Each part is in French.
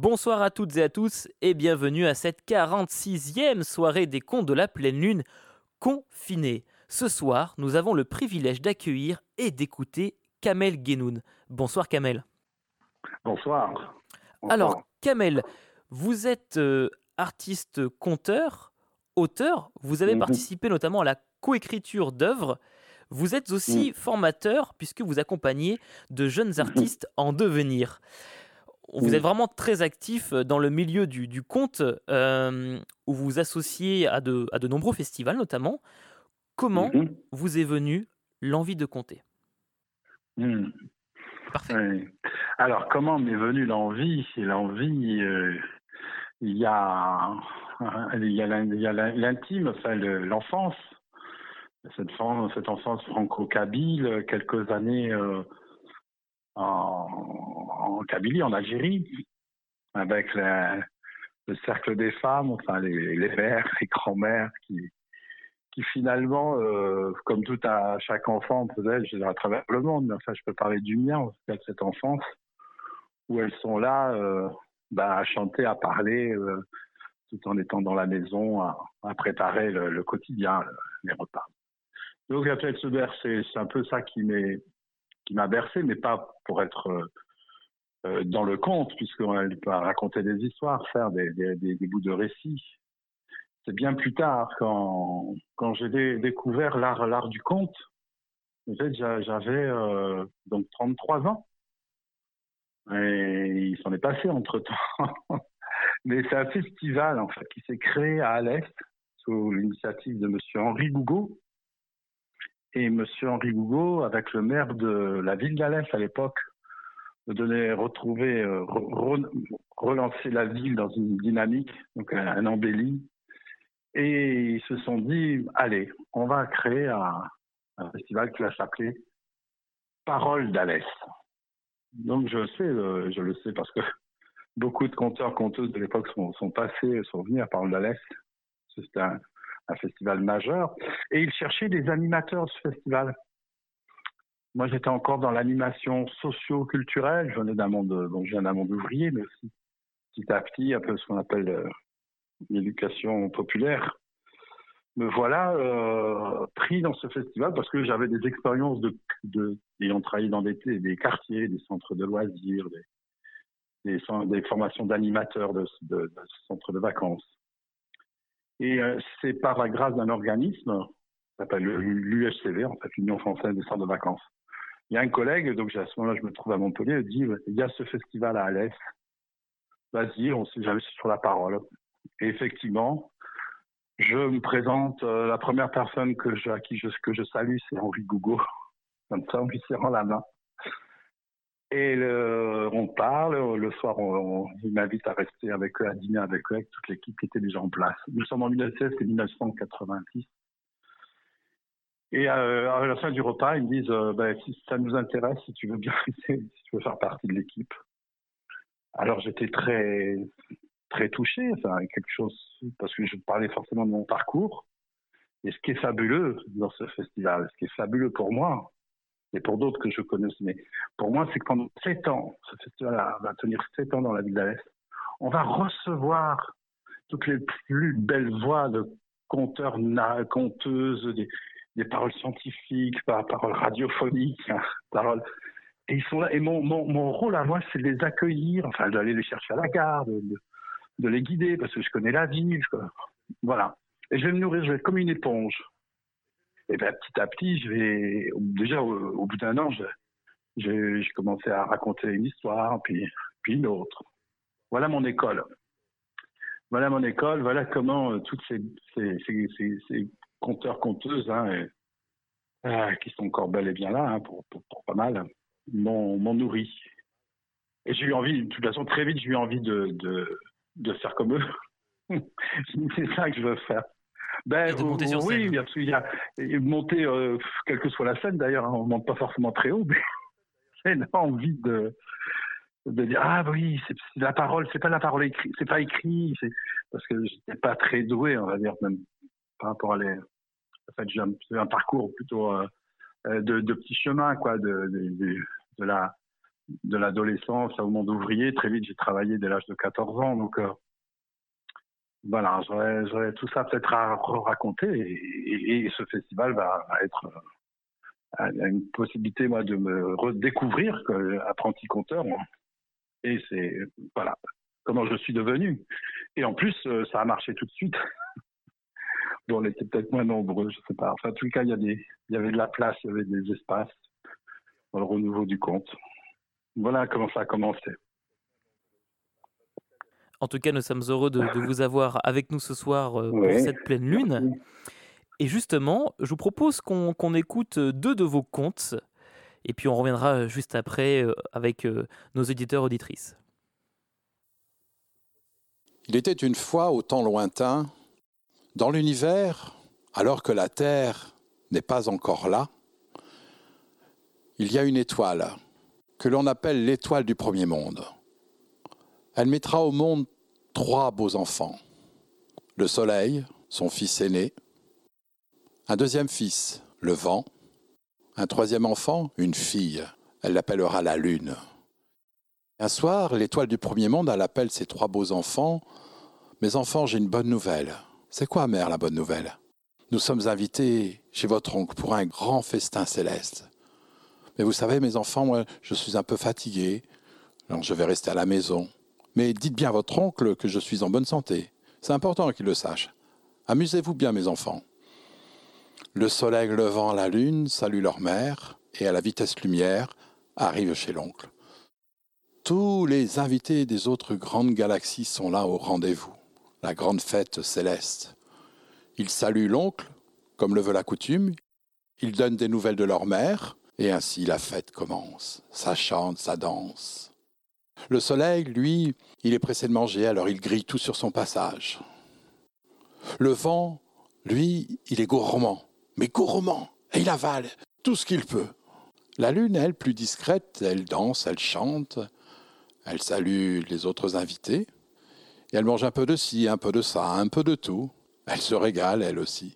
Bonsoir à toutes et à tous et bienvenue à cette 46e soirée des contes de la pleine lune confinée. Ce soir, nous avons le privilège d'accueillir et d'écouter Kamel Guénoun. Bonsoir Kamel. Bonsoir. Alors Bonsoir. Kamel, vous êtes artiste conteur, auteur, vous avez Mhm. participé notamment à la coécriture d'œuvres. Vous êtes aussi formateur puisque vous accompagnez de jeunes Mhm. artistes en devenir. Vous êtes Mhm. vraiment très actif dans le milieu du conte, où vous vous associez à de nombreux festivals notamment. Comment Mhm. vous est venue l'envie de conter? Mhm. Parfait. Oui. Alors, comment m'est venue l'envie? L'envie, il y a l'intime, enfin, l'enfance, cette enfance franco-kabyle, quelques années en Kabylie, en Algérie, avec le cercle des femmes, enfin les mères, les grands-mères qui finalement, comme tout à chaque enfant, peut-être, je veux dire, à travers le monde, mais enfin, je peux parler du mien, en tout cas de cette enfance, où elles sont là à chanter, à parler, tout en étant dans la maison, à préparer le quotidien, les repas. Donc, il y a peut-être ce bercer, c'est un peu ça qui m'a bercé, mais pas pour être dans le conte, puisqu'on peut raconter des histoires, faire des bouts de récits. C'est bien plus tard, quand j'ai découvert l'art du conte. En fait, j'avais donc 33 ans et il s'en est passé entre-temps. Mais c'est un festival en fait qui s'est créé à Alès sous l'initiative de Monsieur Henri Gougaud. Et Monsieur Henri Gougaud, avec le maire de la ville d'Alès à l'époque, me donnait relancer la ville dans une dynamique, donc un embelli. Et ils se sont dit, allez, on va créer un festival qui va s'appeler Parole d'Alès. Donc je le sais parce que beaucoup de conteurs, conteuses de l'époque sont passés, sont venus à Parole d'Alès. C'était un festival majeur. Et ils cherchaient des animateurs de ce festival. Moi, j'étais encore dans l'animation socio-culturelle. Je viens d'un monde ouvrier, mais aussi petit à petit, un peu ce qu'on appelle l'éducation populaire. Me voilà pris dans ce festival parce que j'avais des expériences ayant travaillé dans des quartiers, des centres de loisirs, des formations d'animateurs de centres de vacances. Et c'est par la grâce d'un organisme, qui s'appelle l'UFCV, en fait, l'Union française des centres de vacances. Il y a un collègue, donc à ce moment-là, je me trouve à Montpellier, il dit, il y a ce festival à Alès, vas-y, j'avais sur la parole. Et effectivement, je me présente, la première personne que je salue, c'est Henri Gougaud, comme ça, en lui serrant la main. Et on parle, le soir, il m'invite à rester avec eux, à dîner avec eux, avec toute l'équipe qui était déjà en place. Nous sommes en 1916 et 1986. Et à la fin du repas, ils me disent si ça nous intéresse, si tu veux bien rester, si tu veux faire partie de l'équipe. Alors j'étais très, très touché, enfin, quelque chose, parce que je parlais forcément de mon parcours. Et ce qui est fabuleux dans ce festival, ce qui est fabuleux pour moi, et pour d'autres que je connais, mais pour moi, c'est que pendant 7 ans, ce festival va tenir 7 ans dans la ville d'Alès, on va recevoir toutes les plus belles voix de conteurs, conteuses, des paroles scientifiques, paroles radiophoniques, paroles. Et ils sont là. Et mon rôle à moi, c'est de les accueillir, enfin, d'aller les chercher à la gare, de les guider, parce que je connais la ville. Voilà. Et je vais me nourrir, je vais être comme une éponge. Et bien, petit à petit, déjà, au bout d'un an, j'ai commencé à raconter une histoire, puis une autre. Voilà mon école. Voilà comment toutes ces conteurs, conteuses, qui sont encore bel et bien là, pour pas mal, m'ont nourri. Et j'ai eu envie, de toute façon, très vite, j'ai eu envie de faire comme eux. C'est ça que je veux faire. Et de monter sur Oui, scène. parce qu'il y a monter, quelle que soit la scène d'ailleurs, on ne monte pas forcément très haut, mais j'ai envie de dire oui, c'est la parole, c'est pas la parole écrite, c'est pas écrit, parce que j'étais pas très doué, on va dire, même par rapport à en fait, j'ai un parcours plutôt de petits chemins, quoi, de de l'adolescence au monde ouvrier. Très vite, j'ai travaillé dès l'âge de 14 ans. Donc, voilà, j'aurais tout ça peut-être à raconter. Et ce festival va être une possibilité, moi, de me redécouvrir comme apprenti conteur. Et c'est, voilà, comment je suis devenu. Et en plus, ça a marché tout de suite. Bon, on était peut-être moins nombreux, je sais pas. Enfin, en tout cas, il y avait de la place, il y avait des espaces dans le renouveau du conte. Voilà comment ça a commencé. En tout cas, nous sommes heureux de vous avoir avec nous ce soir pour cette pleine lune. Merci. Et justement, je vous propose qu'on écoute 2 de vos contes, et puis on reviendra juste après avec nos éditeurs auditrices. Il était une fois au temps lointain, dans l'univers, alors que la Terre n'est pas encore là, il y a une étoile que l'on appelle l'étoile du premier monde. Elle mettra au monde 3 beaux enfants. Le soleil, son fils aîné, un deuxième fils, le vent, un troisième enfant, une fille. Elle l'appellera la lune. Un soir, l'étoile du premier monde, elle appelle ses 3 beaux enfants. « Mes enfants, j'ai une bonne nouvelle. » « C'est quoi, mère, la bonne nouvelle ? Nous sommes invités chez votre oncle pour un grand festin céleste. Mais vous savez, mes enfants, moi, je suis un peu fatigué, alors je vais rester à la maison. Mais dites bien à votre oncle que je suis en bonne santé. C'est important qu'il le sache. Amusez-vous bien, mes enfants. » Le soleil, le vent, la lune saluent leur mère et à la vitesse lumière arrivent chez l'oncle. Tous les invités des autres grandes galaxies sont là au rendez-vous, la grande fête céleste. Ils saluent l'oncle, comme le veut la coutume, ils donnent des nouvelles de leur mère, et ainsi la fête commence. Ça chante, ça danse. Le soleil, lui, il est pressé de manger, alors il grille tout sur son passage. Le vent, lui, il est gourmand, mais gourmand, et il avale tout ce qu'il peut. La lune, elle, plus discrète, elle danse, elle chante, elle salue les autres invités, et elle mange un peu de ci, un peu de ça, un peu de tout. Elle se régale, elle aussi.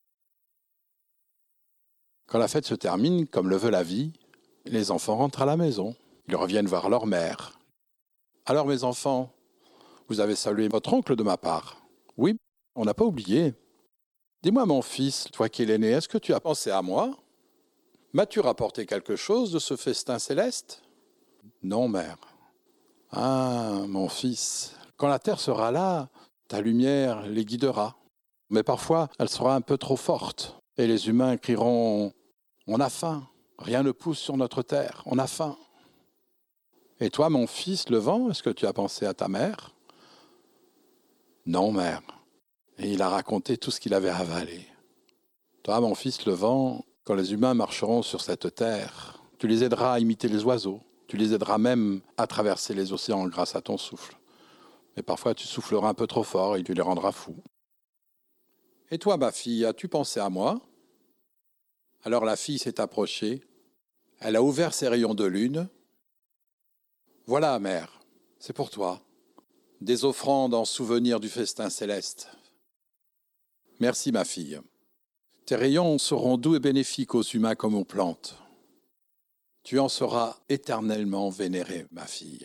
Quand la fête se termine, comme le veut la vie, les enfants rentrent à la maison. Ils reviennent voir leur mère. « Alors, mes enfants, vous avez salué votre oncle de ma part ? » ?»« Oui, on n'a pas oublié. »« Dis-moi, mon fils, toi qui es l'aîné, est-ce que tu as pensé à moi ? M'as-tu rapporté quelque chose de ce festin céleste ? » ?»« Non, mère. »« Ah, mon fils, quand la terre sera là, ta lumière les guidera. Mais parfois, elle sera un peu trop forte. Et les humains crieront « On a faim, rien ne pousse sur notre terre, on a faim. » Et toi, mon fils, le vent, est-ce que tu as pensé à ta mère ? Non, mère. Et il a raconté tout ce qu'il avait avalé. Toi, mon fils, le vent, quand les humains marcheront sur cette terre, tu les aideras à imiter les oiseaux. Tu les aideras même à traverser les océans grâce à ton souffle. Mais parfois, tu souffleras un peu trop fort et tu les rendras fous. Et toi, ma fille, as-tu pensé à moi ? Alors la fille s'est approchée. Elle a ouvert ses rayons de lune. Voilà, mère, c'est pour toi. Des offrandes en souvenir du festin céleste. Merci, ma fille. Tes rayons seront doux et bénéfiques aux humains comme aux plantes. Tu en seras éternellement vénérée, ma fille.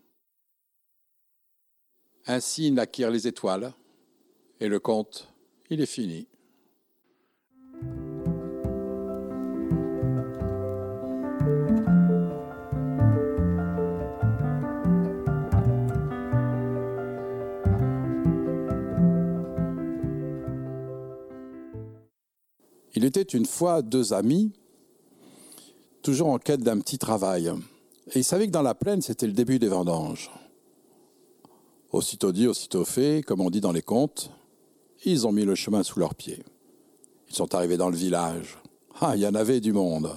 Ainsi naquirent les étoiles, et le conte, il est fini. Il était une fois 2 amis, toujours en quête d'un petit travail. Et ils savaient que dans la plaine, c'était le début des vendanges. Aussitôt dit, aussitôt fait, comme on dit dans les contes, ils ont mis le chemin sous leurs pieds. Ils sont arrivés dans le village. Ah, il y en avait du monde.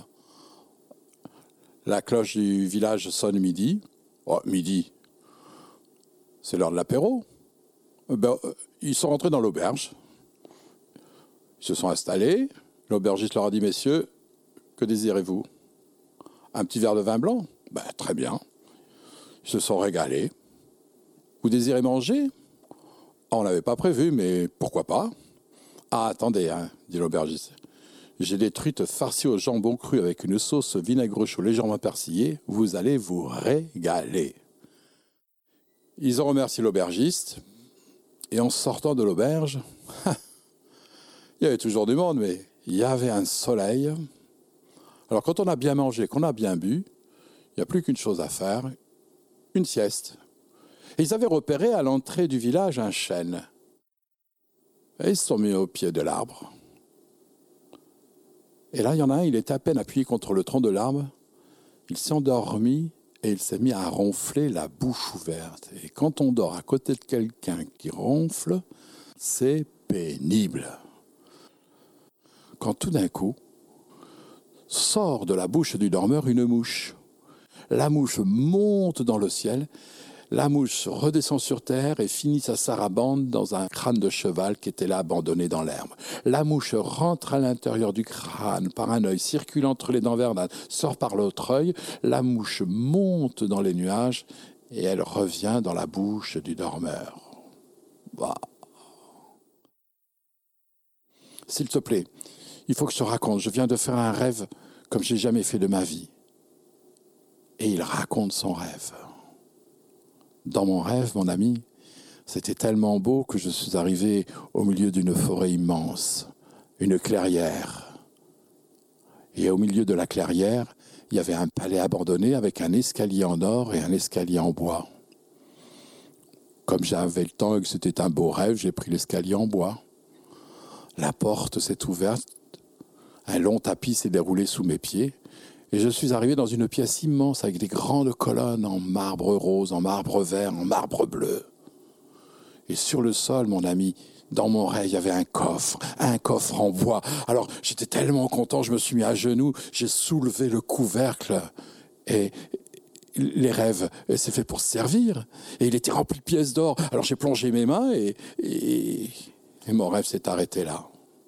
La cloche du village sonne midi. Oh, midi, c'est l'heure de l'apéro. Ils sont rentrés dans l'auberge. Ils se sont installés. L'aubergiste leur a dit « Messieurs, que désirez-vous ? Un petit verre de vin blanc ? Très bien. » Ils se sont régalés. « Vous désirez manger ? » On ne l'avait pas prévu, mais pourquoi pas ? « Ah, attendez, dit l'aubergiste. J'ai des truites farcies au jambon cru avec une sauce vinaigre chaud légèrement persillée. Vous allez vous régaler. » Ils ont remercié l'aubergiste. Et en sortant de l'auberge, il y avait toujours du monde, mais il y avait un soleil. Alors quand on a bien mangé, qu'on a bien bu, il n'y a plus qu'une chose à faire, une sieste. Et ils avaient repéré à l'entrée du village un chêne. Et ils se sont mis au pied de l'arbre. Et là, il y en a un, il était à peine appuyé contre le tronc de l'arbre. Il s'est endormi et il s'est mis à ronfler la bouche ouverte. Et quand on dort à côté de quelqu'un qui ronfle, c'est pénible. Quand tout d'un coup, sort de la bouche du dormeur une mouche. La mouche monte dans le ciel, la mouche redescend sur terre et finit sa sarabande dans un crâne de cheval qui était là abandonné dans l'herbe. La mouche rentre à l'intérieur du crâne par un œil, circule entre les dents vernanes, sort par l'autre œil. La mouche monte dans les nuages et elle revient dans la bouche du dormeur. Bah. S'il te plaît, il faut que je te raconte. Je viens de faire un rêve comme je n'ai jamais fait de ma vie. Et il raconte son rêve. Dans mon rêve, mon ami, c'était tellement beau que je suis arrivé au milieu d'une forêt immense, une clairière. Et au milieu de la clairière, il y avait un palais abandonné avec un escalier en or et un escalier en bois. Comme j'avais le temps et que c'était un beau rêve, j'ai pris l'escalier en bois. La porte s'est ouverte, un long tapis s'est déroulé sous mes pieds. Et je suis arrivé dans une pièce immense avec des grandes colonnes en marbre rose, en marbre vert, en marbre bleu. Et sur le sol, mon ami, dans mon rêve, il y avait un coffre en bois. Alors j'étais tellement content, je me suis mis à genoux, j'ai soulevé le couvercle et les rêves, c'est fait pour se servir. Et il était rempli de pièces d'or. Alors j'ai plongé mes mains et mon rêve s'est arrêté là.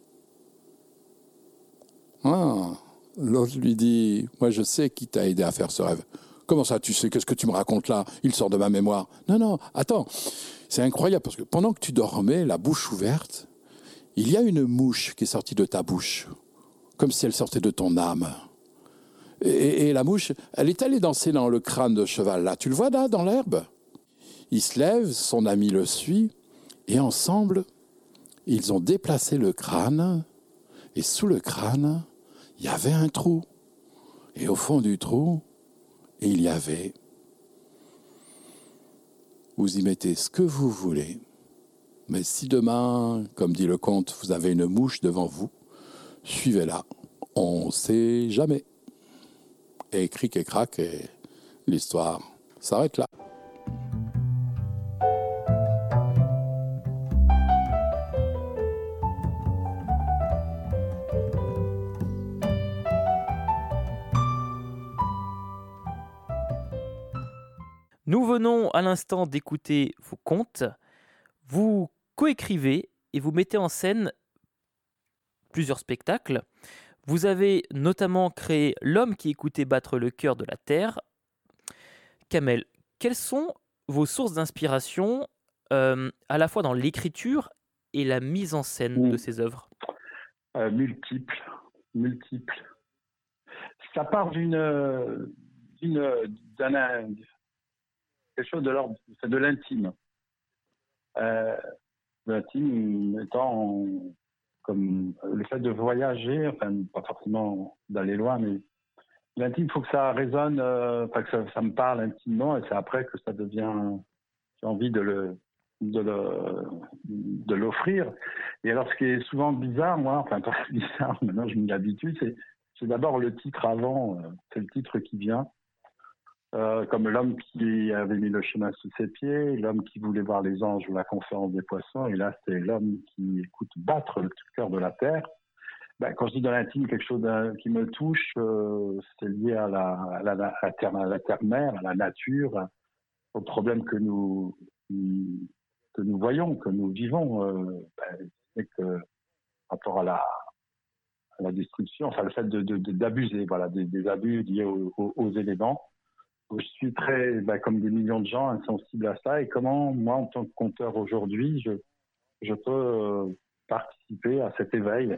Ah. L'autre lui dit « Moi, je sais qui t'a aidé à faire ce rêve. »« Comment ça, tu sais? Qu'est-ce que tu me racontes là? Il sort de ma mémoire. »« Non, attends. C'est incroyable parce que pendant que tu dormais, la bouche ouverte, il y a une mouche qui est sortie de ta bouche, comme si elle sortait de ton âme. Et la mouche, elle est allée danser dans le crâne de cheval là. Tu le vois là, dans l'herbe? Il se lève, son ami le suit, et ensemble, ils ont déplacé le crâne, et sous le crâne, il y avait un trou. Et au fond du trou, il y avait... Vous y mettez ce que vous voulez. Mais si demain, comme dit le conte, vous avez une mouche devant vous, suivez-la. On ne sait jamais. Et cric et crac, et l'histoire s'arrête là. Nous venons à l'instant d'écouter vos contes. Vous coécrivez et vous mettez en scène plusieurs spectacles. Vous avez notamment créé L'homme qui écoutait battre le cœur de la terre. Kamel, quelles sont vos sources d'inspiration à la fois dans l'écriture et la mise en scène de ces œuvres? Multiples. Ça part quelque chose de l'ordre, c'est de l'intime. L'intime étant comme le fait de voyager, enfin pas forcément d'aller loin, mais l'intime, il faut que ça résonne, que ça me parle intimement, et c'est après que ça devient, j'ai envie de l'offrir. Et alors, ce qui est souvent bizarre, moi, enfin pas bizarre, maintenant je m'y habitue, c'est d'abord le titre avant, c'est le titre qui vient. Comme l'homme qui avait mis le chemin sous ses pieds, l'homme qui voulait voir les anges ou la conférence des poissons, et là c'est l'homme qui écoute battre le cœur de la terre. Quand je dis de l'intime, quelque chose qui me touche, c'est lié à la terre-mère, à la nature, aux problèmes que nous voyons, que nous vivons. C'est que par rapport à la destruction, enfin le fait d'abuser, voilà, des abus liés aux éléments. Je suis très, comme des millions de gens, insensible à ça. Et comment, moi, en tant que conteur aujourd'hui, je peux participer à cet éveil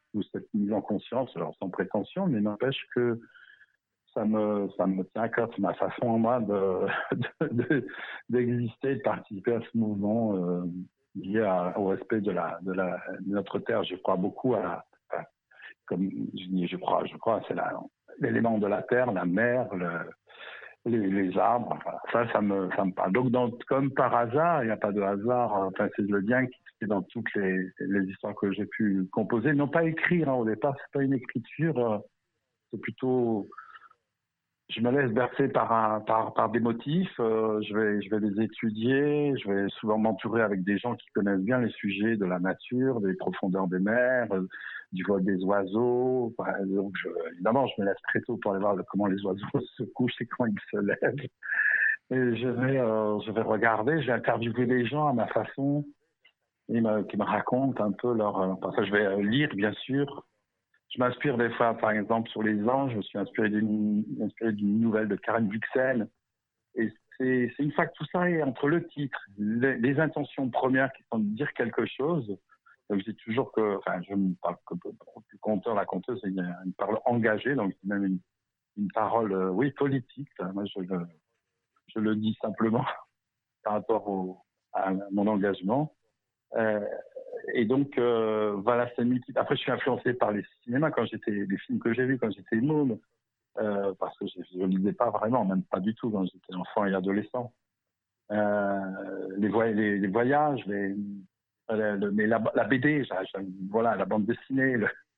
ou cette mise en conscience, alors sans prétention, mais n'empêche que ça me tient à cœur, c'est ma façon, moi, d'exister, de participer à ce mouvement lié au respect de notre terre. Je crois beaucoup comme je dis, je crois, c'est l'élément de la terre, la mer, les arbres. Enfin, ça me parle. Donc, comme par hasard, il n'y a pas de hasard. Enfin, c'est le lien qui est dans toutes les histoires que j'ai pu composer. Non pas écrire au départ, c'est pas une écriture. C'est plutôt, je me laisse bercer par des motifs. Je vais les étudier. Je vais souvent m'entourer avec des gens qui connaissent bien les sujets de la nature, des profondeurs des mers, du vol des oiseaux. Donc, évidemment, je me lève très tôt pour aller voir comment les oiseaux se couchent et quand ils se lèvent. Et je vais regarder, je vais interviewer les gens à ma façon, qui me racontent un peu Enfin, je vais lire, bien sûr. Je m'inspire des fois, par exemple, sur les anges. Je me suis inspiré d'une nouvelle de Karen Blixen. Et c'est une fois que tout ça est entre le titre, les intentions premières qui sont de dire quelque chose. Donc, je dis toujours que, enfin, je ne parle que du conteur, la conteuse, il y a une parole engagée, donc même une parole, oui, politique. Moi, je le dis simplement par rapport à mon engagement. Et donc, voilà, c'est multiple. Après, je suis influencé par les cinémas, les films que j'ai vus quand j'étais môme, parce que je ne lisais pas vraiment, même pas du tout quand j'étais enfant et adolescent. Les voyages, mais la BD, voilà, la bande dessinée.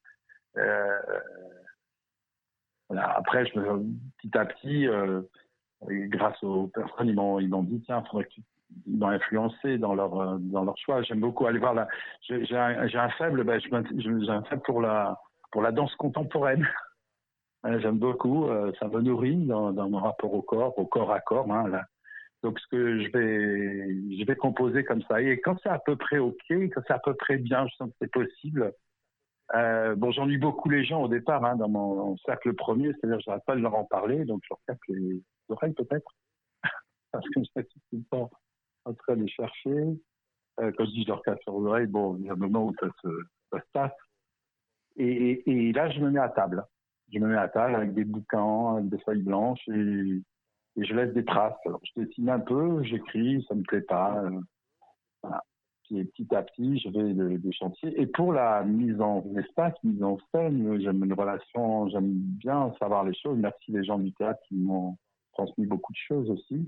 Voilà. Après, petit à petit, grâce aux personnes, ils m'ont dit, tiens, ils m'ont influencé dans leur choix. J'aime beaucoup aller voir j'ai un faible, j'ai un faible pour la danse contemporaine. J'aime beaucoup, ça me nourrit dans mon rapport au corps à corps. Hein, là. Donc, ce que je vais composer comme ça. Et quand c'est à peu près OK, quand c'est à peu près bien, je sens que c'est possible. J'ennuie beaucoup les gens au départ, hein, dans mon cercle premier, c'est-à-dire que je n'arrête pas de leur en parler, donc je leur tape les oreilles peut-être, parce que je suis tout le temps en train de les chercher. Quand je dis je leur casse sur l'oreille, il y a un moment où ça se passe. Et là, je me mets à table. Je me mets à table avec des bouquins, avec des feuilles blanches et je laisse des traces. Alors, je dessine un peu, j'écris, ça me plaît pas. Voilà. Puis petit à petit, je vais des chantiers. Et pour la mise en espace, mise en scène, j'aime une relation, j'aime bien savoir les choses. Merci les gens du théâtre qui m'ont transmis beaucoup de choses aussi.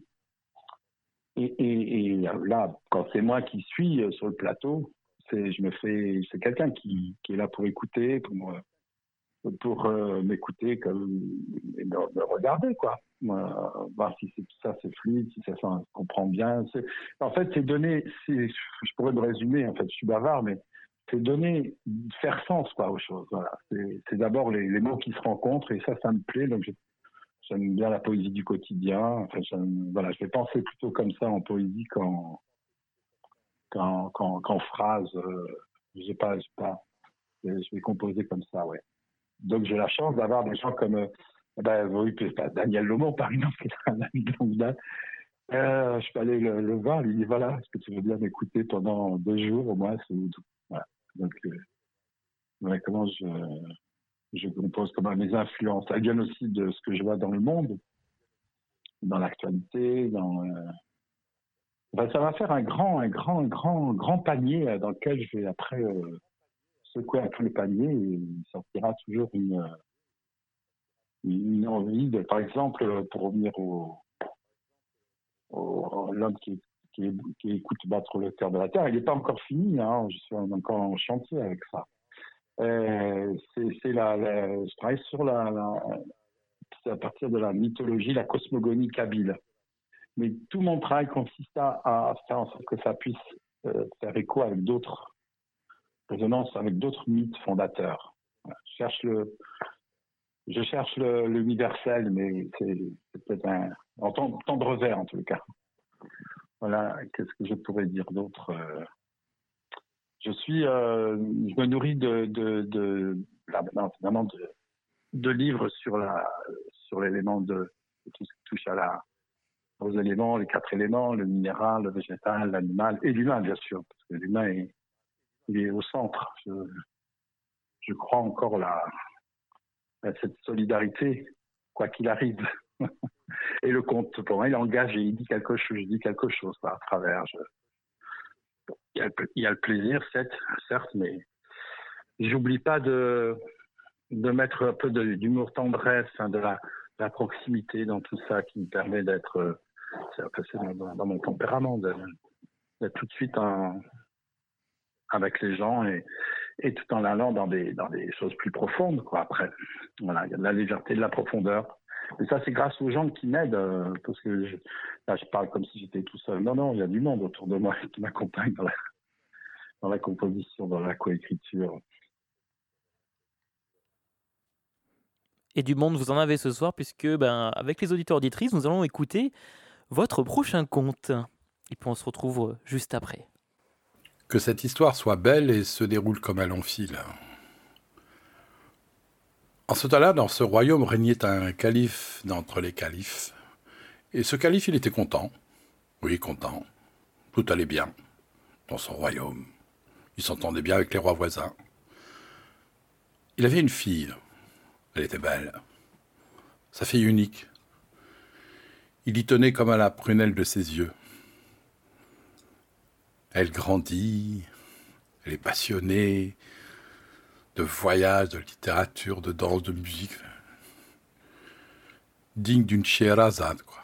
Et là, quand c'est moi qui suis sur le plateau, c'est quelqu'un qui est là pour écouter, pour m'écouter et me regarder, quoi. Voir si tout ça c'est fluide, si ça se comprend bien. En fait, je pourrais me résumer, en fait, je suis bavard, mais c'est faire sens, quoi, aux choses. Voilà. C'est d'abord les mots qui se rencontrent et ça me plaît. Donc, j'aime bien la poésie du quotidien. Enfin, je vais penser plutôt comme ça en poésie qu'en phrase. Je vais composer comme ça, ouais. Donc, j'ai la chance d'avoir des gens comme Daniel Lomont, par exemple, qui est un ami de longue date. Je peux aller le voir, lui dire, voilà, est-ce que tu veux bien m'écouter pendant 2 jours au moins voilà. Donc, comment je compose, comment mes influences. Elles viennent aussi de ce que je vois dans le monde, dans l'actualité, ça va faire un grand panier dans lequel je vais après secouer un peu le panier et il sortira toujours une envie par exemple, pour revenir l'homme qui écoute battre le cœur de la terre, il n'est pas encore fini, hein, je suis encore en chantier avec ça. Je travaille sur c'est à partir de la mythologie, la cosmogonie kabyle. Mais tout mon travail consiste à faire en sorte que ça puisse faire écho avec d'autres résonances, avec d'autres mythes fondateurs. Voilà. Je cherche l'universel, mais c'est peut-être en tendre vers, en tout cas. Voilà, qu'est-ce que je pourrais dire d'autre? Je me nourris de livres sur l'élément de tout ce qui touche aux éléments, les 4 éléments, le minéral, le végétal, l'animal, et l'humain, bien sûr, parce que l'humain il est au centre. je crois encore à cette solidarité, quoi qu'il arrive. Et le conte, pour moi, il engage et il dit quelque chose, je dis quelque chose à travers. Il y a le plaisir, certes, mais j'oublie pas de mettre un peu d'humour tendresse, hein, de la proximité dans tout ça qui me permet d'être, c'est dans mon tempérament, d'être tout de suite avec les gens et tout en allant dans des choses plus profondes, quoi. Après, voilà, il y a de la légèreté, de la profondeur. Et ça, c'est grâce aux gens qui m'aident, parce que là, je parle comme si j'étais tout seul. Non, il y a du monde autour de moi qui m'accompagne dans la composition, dans la coécriture. Et du monde, vous en avez ce soir, puisque avec les auditeurs auditrices, nous allons écouter votre prochain conte. Et puis on se retrouve juste après. Que cette histoire soit belle et se déroule comme un long fil. En ce temps-là, dans ce royaume régnait un calife d'entre les califes. Et ce calife, il était content. Oui, content. Tout allait bien dans son royaume. Il s'entendait bien avec les rois voisins. Il avait une fille. Elle était belle. Sa fille unique. Il y tenait comme à la prunelle de ses yeux. Elle grandit. Elle est passionnée de voyage, de littérature, de danse, de musique. Digne d'une Scheherazade, quoi.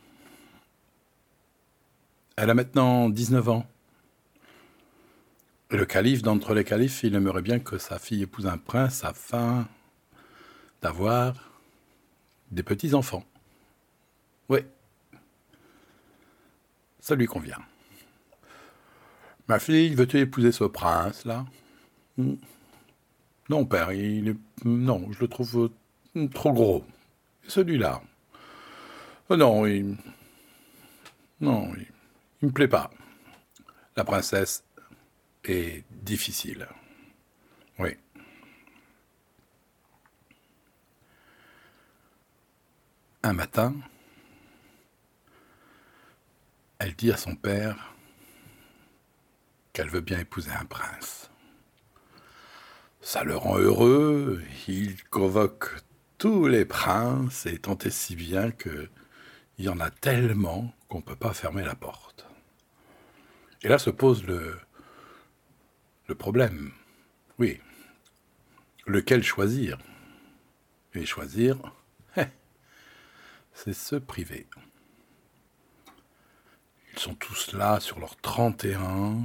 Elle a maintenant 19 ans. Et le calife d'entre les califes, il aimerait bien que sa fille épouse un prince afin d'avoir des petits-enfants. Oui, ça lui convient. Ma fille, veux-tu épouser ce prince-là ? Non, père, non, je le trouve trop gros. Et celui-là ? Non, il me plaît pas. La princesse est difficile. Oui. Un matin, elle dit à son père qu'elle veut bien épouser un prince. Ça le rend heureux, il convoque tous les princes, et tant et si bien qu'il y en a tellement qu'on ne peut pas fermer la porte. Et là se pose le problème. Oui, lequel choisir ? Et choisir, c'est se priver. Ils sont tous là sur leurs 31.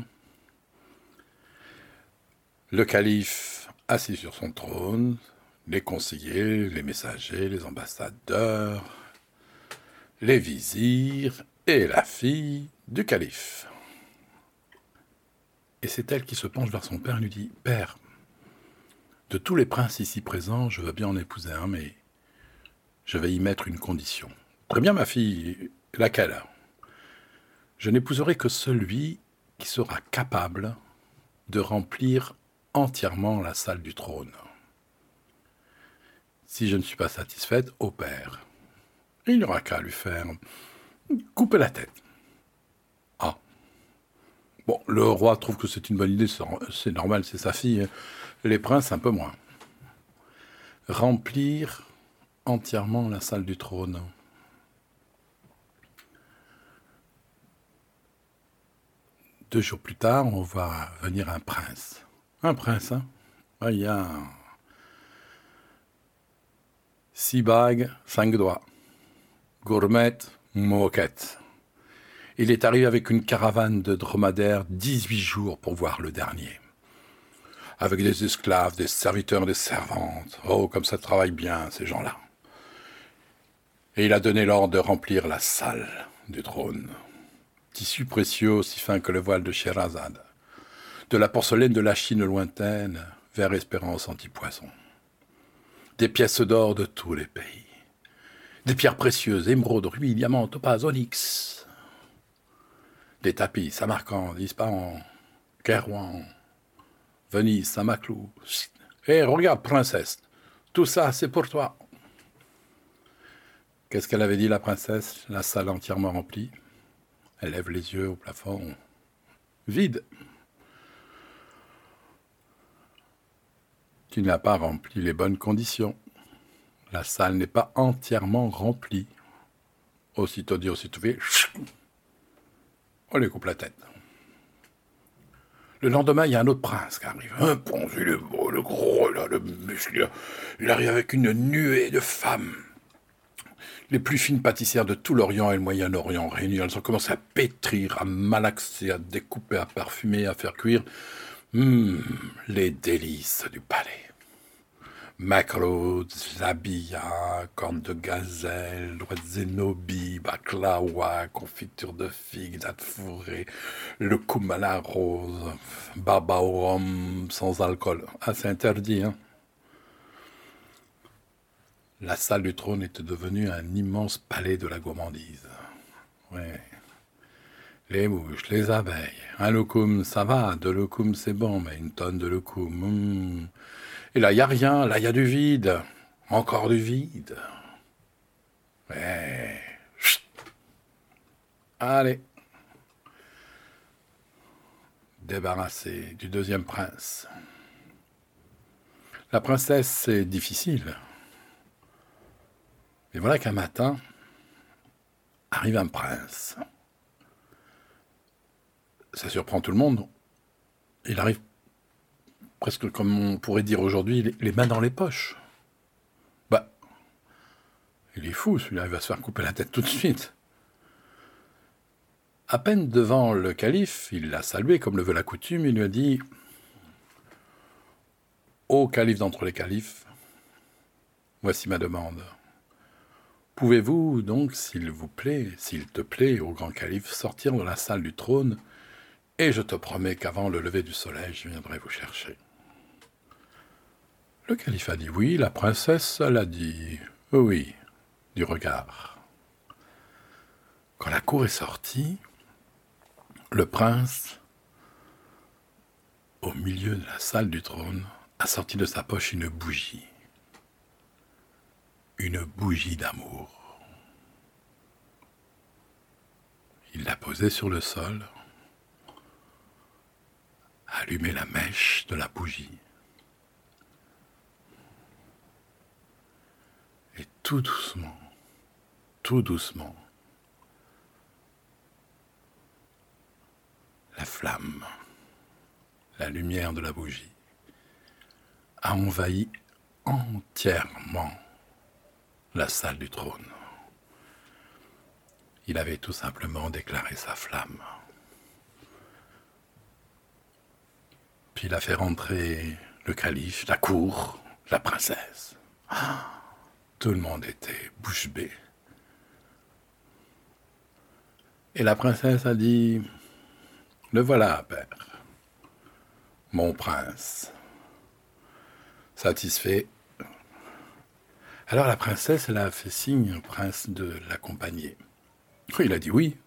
Le calife assis sur son trône, les conseillers, les messagers, les ambassadeurs, les vizirs et la fille du calife. Et c'est elle qui se penche vers son père et lui dit « Père, de tous les princes ici présents, je veux bien en épouser un, mais je vais y mettre une condition. Très bien, ma fille, laquelle ? Je n'épouserai que celui qui sera capable de remplir entièrement la salle du trône. Si je ne suis pas satisfaite, au père. Il n'y aura qu'à lui faire couper la tête. » Ah. Bon, le roi trouve que c'est une bonne idée, c'est normal, c'est sa fille. Les princes, un peu moins. Remplir entièrement la salle du trône. Deux jours plus tard, on voit venir un prince. Un prince, hein ? Il y a 6 bagues, 5 doigts. Gourmette, moquette. Il est arrivé avec une caravane de dromadaires 18 jours pour voir le dernier. Avec des esclaves, des serviteurs, des servantes. Oh, comme ça travaille bien, ces gens-là. Et il a donné l'ordre de remplir la salle du trône. Tissu précieux aussi fin que le voile de Scheherazade. De la porcelaine de la Chine lointaine vers Espérance anti-poison. Des pièces d'or de tous les pays. Des pierres précieuses, émeraudes, rubis, diamants, topazes, onyx. Des tapis, Samarcande, Ispahan, Kairouan, Venise, Saint-Maclou. Et regarde, princesse, tout ça, c'est pour toi. Qu'est-ce qu'elle avait dit, la princesse ? La salle entièrement remplie. Elle lève les yeux au plafond. Vide. tu n'as pas rempli les bonnes conditions. La salle n'est pas entièrement remplie. Aussitôt dit, aussitôt fait, on lui coupe la tête. Le lendemain, il y a un autre prince qui arrive. Un bon, il est beau, le gros, là, le muscle. Il arrive avec une nuée de femmes. Les plus fines pâtissières de tout l'Orient et le Moyen-Orient réunies, elles ont commencé à pétrir, à malaxer, à découper, à parfumer, à faire cuire. Les délices du palais. Maquereau, zabia, cornes de gazelle, noix de zénobie, baklawa, confiture de figues, dattes fourrées, le koum à la rose, baba au rhum, sans alcool. Ah, c'est interdit, hein. La salle du trône était devenue un immense palais de la gourmandise. Ouais. Les mouches, les abeilles. Un loukoum, ça va, deux loukoums, c'est bon, mais une tonne de loukoum. Et là, il n'y a rien, là, il y a du vide. Encore du vide. Ouais. Chut. Allez. Débarrassé du deuxième prince. La princesse, c'est difficile. Et voilà qu'un matin, arrive un prince. Ça surprend tout le monde. Il arrive presque comme on pourrait dire aujourd'hui, les mains dans les poches. Bah, il est fou, celui-là, il va se faire couper la tête tout de suite. À peine devant le calife, il l'a salué comme le veut la coutume, il lui a dit « Ô calife d'entre les califes, voici ma demande. Pouvez-vous donc, s'il te plaît, ô grand calife, sortir de la salle du trône, et je te promets qu'avant le lever du soleil, je viendrai vous chercher. » Le calife a dit oui, la princesse, elle a dit oui, du regard. Quand la cour est sortie, le prince, au milieu de la salle du trône, a sorti de sa poche une bougie d'amour. Il l'a posée sur le sol, a allumé la mèche de la bougie, et tout doucement, la flamme, la lumière de la bougie, a envahi entièrement la salle du trône. Il avait tout simplement déclaré sa flamme. Puis il a fait rentrer le calife, la cour, la princesse. Tout le monde était bouche bée. Et la princesse a dit « Le voilà, père, mon prince. » Satisfait. Alors la princesse, elle a fait signe au prince de l'accompagner. Il a dit oui.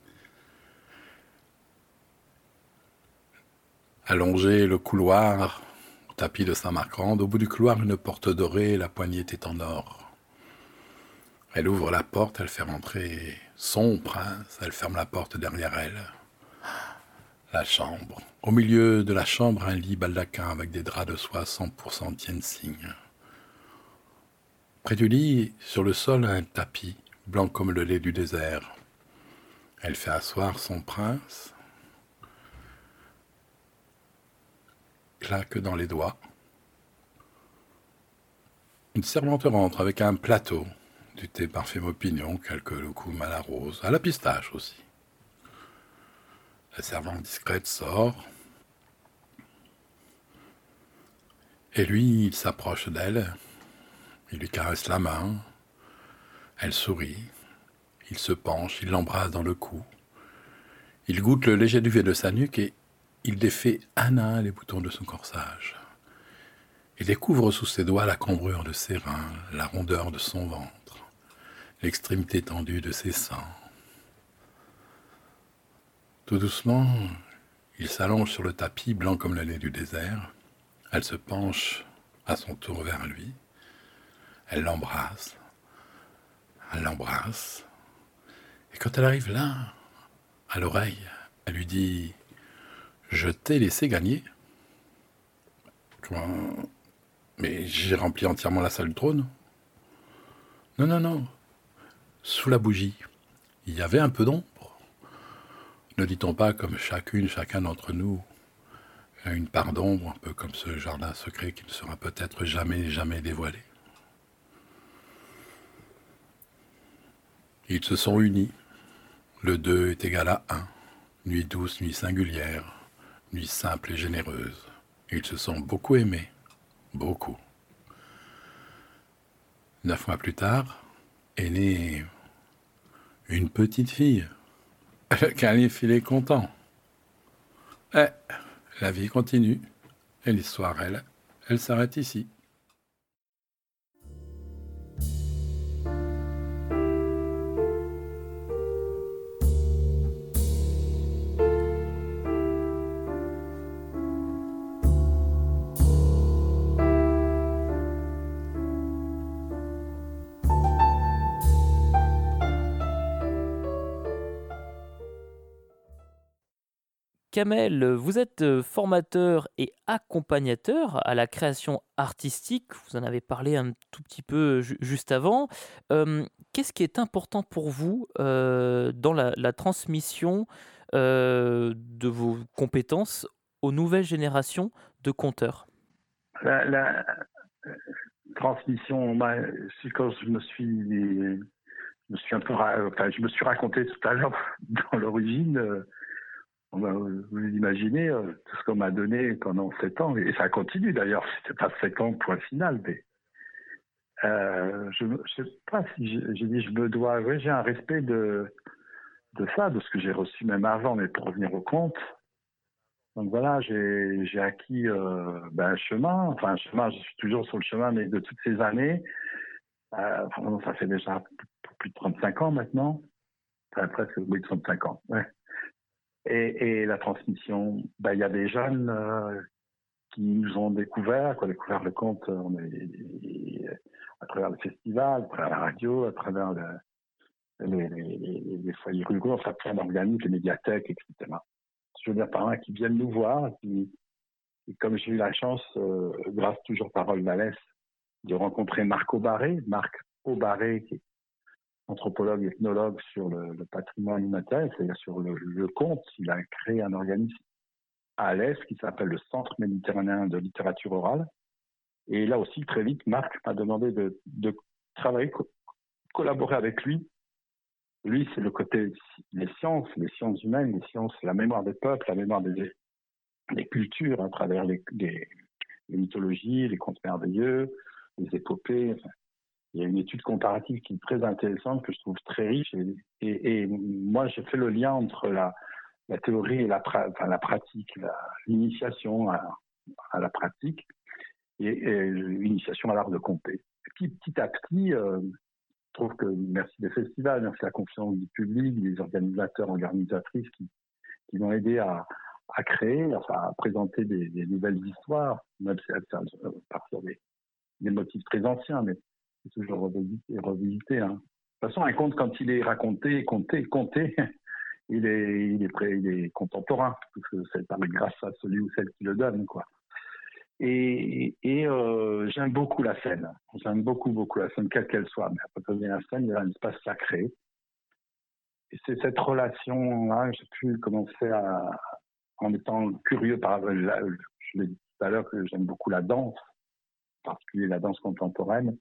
Allongé le couloir, tapis de Samarcande, au bout du couloir, une porte dorée, la poignée était en or. Elle ouvre la porte, elle fait rentrer son prince, elle ferme la porte derrière elle. La chambre. Au milieu de la chambre, un lit baldaquin avec des draps de soie 100% Tianjin. Près du lit, sur le sol, un tapis, blanc comme le lait du désert. Elle fait asseoir son prince, claque dans les doigts. Une servante rentre avec un plateau, du thé parfumé au pignon, quelques loukoums à la rose, à la pistache aussi. La servante discrète sort, et lui, il s'approche d'elle, il lui caresse la main, elle sourit, il se penche, il l'embrasse dans le cou, il goûte le léger duvet de sa nuque et il défait un à un les boutons de son corsage. Il découvre sous ses doigts la cambrure de ses reins, la rondeur de son ventre, l'extrémité tendue de ses seins. Tout doucement, il s'allonge sur le tapis blanc comme le lait du désert. Elle se penche à son tour vers lui. Elle l'embrasse. Et quand elle arrive là, à l'oreille, elle lui dit « Je t'ai laissé gagner ». Mais j'ai rempli entièrement la salle du trône. Non, non, non. Sous la bougie, il y avait un peu d'ombre. Ne dit-on pas comme chacun d'entre nous a une part d'ombre, un peu comme ce jardin secret qui ne sera peut-être jamais dévoilé. Ils se sont unis. Le 2 est égal à 1. Nuit douce, nuit singulière, nuit simple et généreuse. Ils se sont beaucoup aimés. Beaucoup. 9 mois plus tard, est née une petite fille. Le calife, il est content. Eh, la vie continue. Et l'histoire, elle s'arrête ici. Kamel, vous êtes formateur et accompagnateur à la création artistique. Vous en avez parlé un tout petit peu juste avant. Qu'est-ce qui est important pour vous dans la transmission de vos compétences aux nouvelles générations de conteurs? La transmission, c'est quand je me suis je me suis raconté tout à l'heure dans l'origine. Vous imaginez tout ce qu'on m'a donné pendant 7 ans, et ça continue d'ailleurs, c'était pas 7 ans point final, mais je ne sais pas si j'ai dit je me dois, oui, j'ai un respect de ça, de ce que j'ai reçu même avant, mais pour revenir au compte. Donc voilà, j'ai acquis un chemin, je suis toujours sur le chemin, mais de toutes ces années, ça fait déjà plus de 35 ans maintenant, presque, oui, 35 ans, ouais. Et la transmission, il y a des jeunes qui nous ont découvert le conte à travers le festival, à travers la radio, à travers les foyers ruraux, enfin plein d'organismes, les médiathèques, etc. Je veux dire par là, qui viennent nous voir, et comme j'ai eu la chance, grâce toujours par Parole d'Alès, de rencontrer Marc Aubaré, qui est anthropologue, ethnologue sur le patrimoine immatériel, c'est-à-dire sur le conte. Il a créé un organisme à Alès qui s'appelle le Centre méditerranéen de littérature orale. Et là aussi, très vite, Marc m'a demandé de travailler, collaborer avec lui. Lui, c'est le côté les sciences humaines, les sciences, la mémoire des peuples, la mémoire des cultures à travers les mythologies, les contes merveilleux, les épopées. Enfin, il y a une étude comparative qui est très intéressante, que je trouve très riche. Et moi, j'ai fait le lien entre la théorie et la pratique, l'initiation à la pratique et l'initiation à l'art de compter. Petit à petit, je trouve que merci des festivals, merci la confiance du public, des organisateurs, organisatrices qui m'ont aidé à créer, à présenter des nouvelles histoires, même si à partir des motifs très anciens, mais c'est toujours revisité. Hein. De toute façon, un conte, quand il est raconté, compté, il est contemporain, parce que c'est grâce à celui ou celle qui le donne, quoi. Et j'aime beaucoup la scène. J'aime beaucoup la scène, quelle qu'elle soit. Mais à côté de la scène, il y a un espace sacré. Et c'est cette relation-là, j'ai pu commencer en étant curieux je l'ai dit tout à l'heure que j'aime beaucoup la danse, en particulier la danse contemporaine.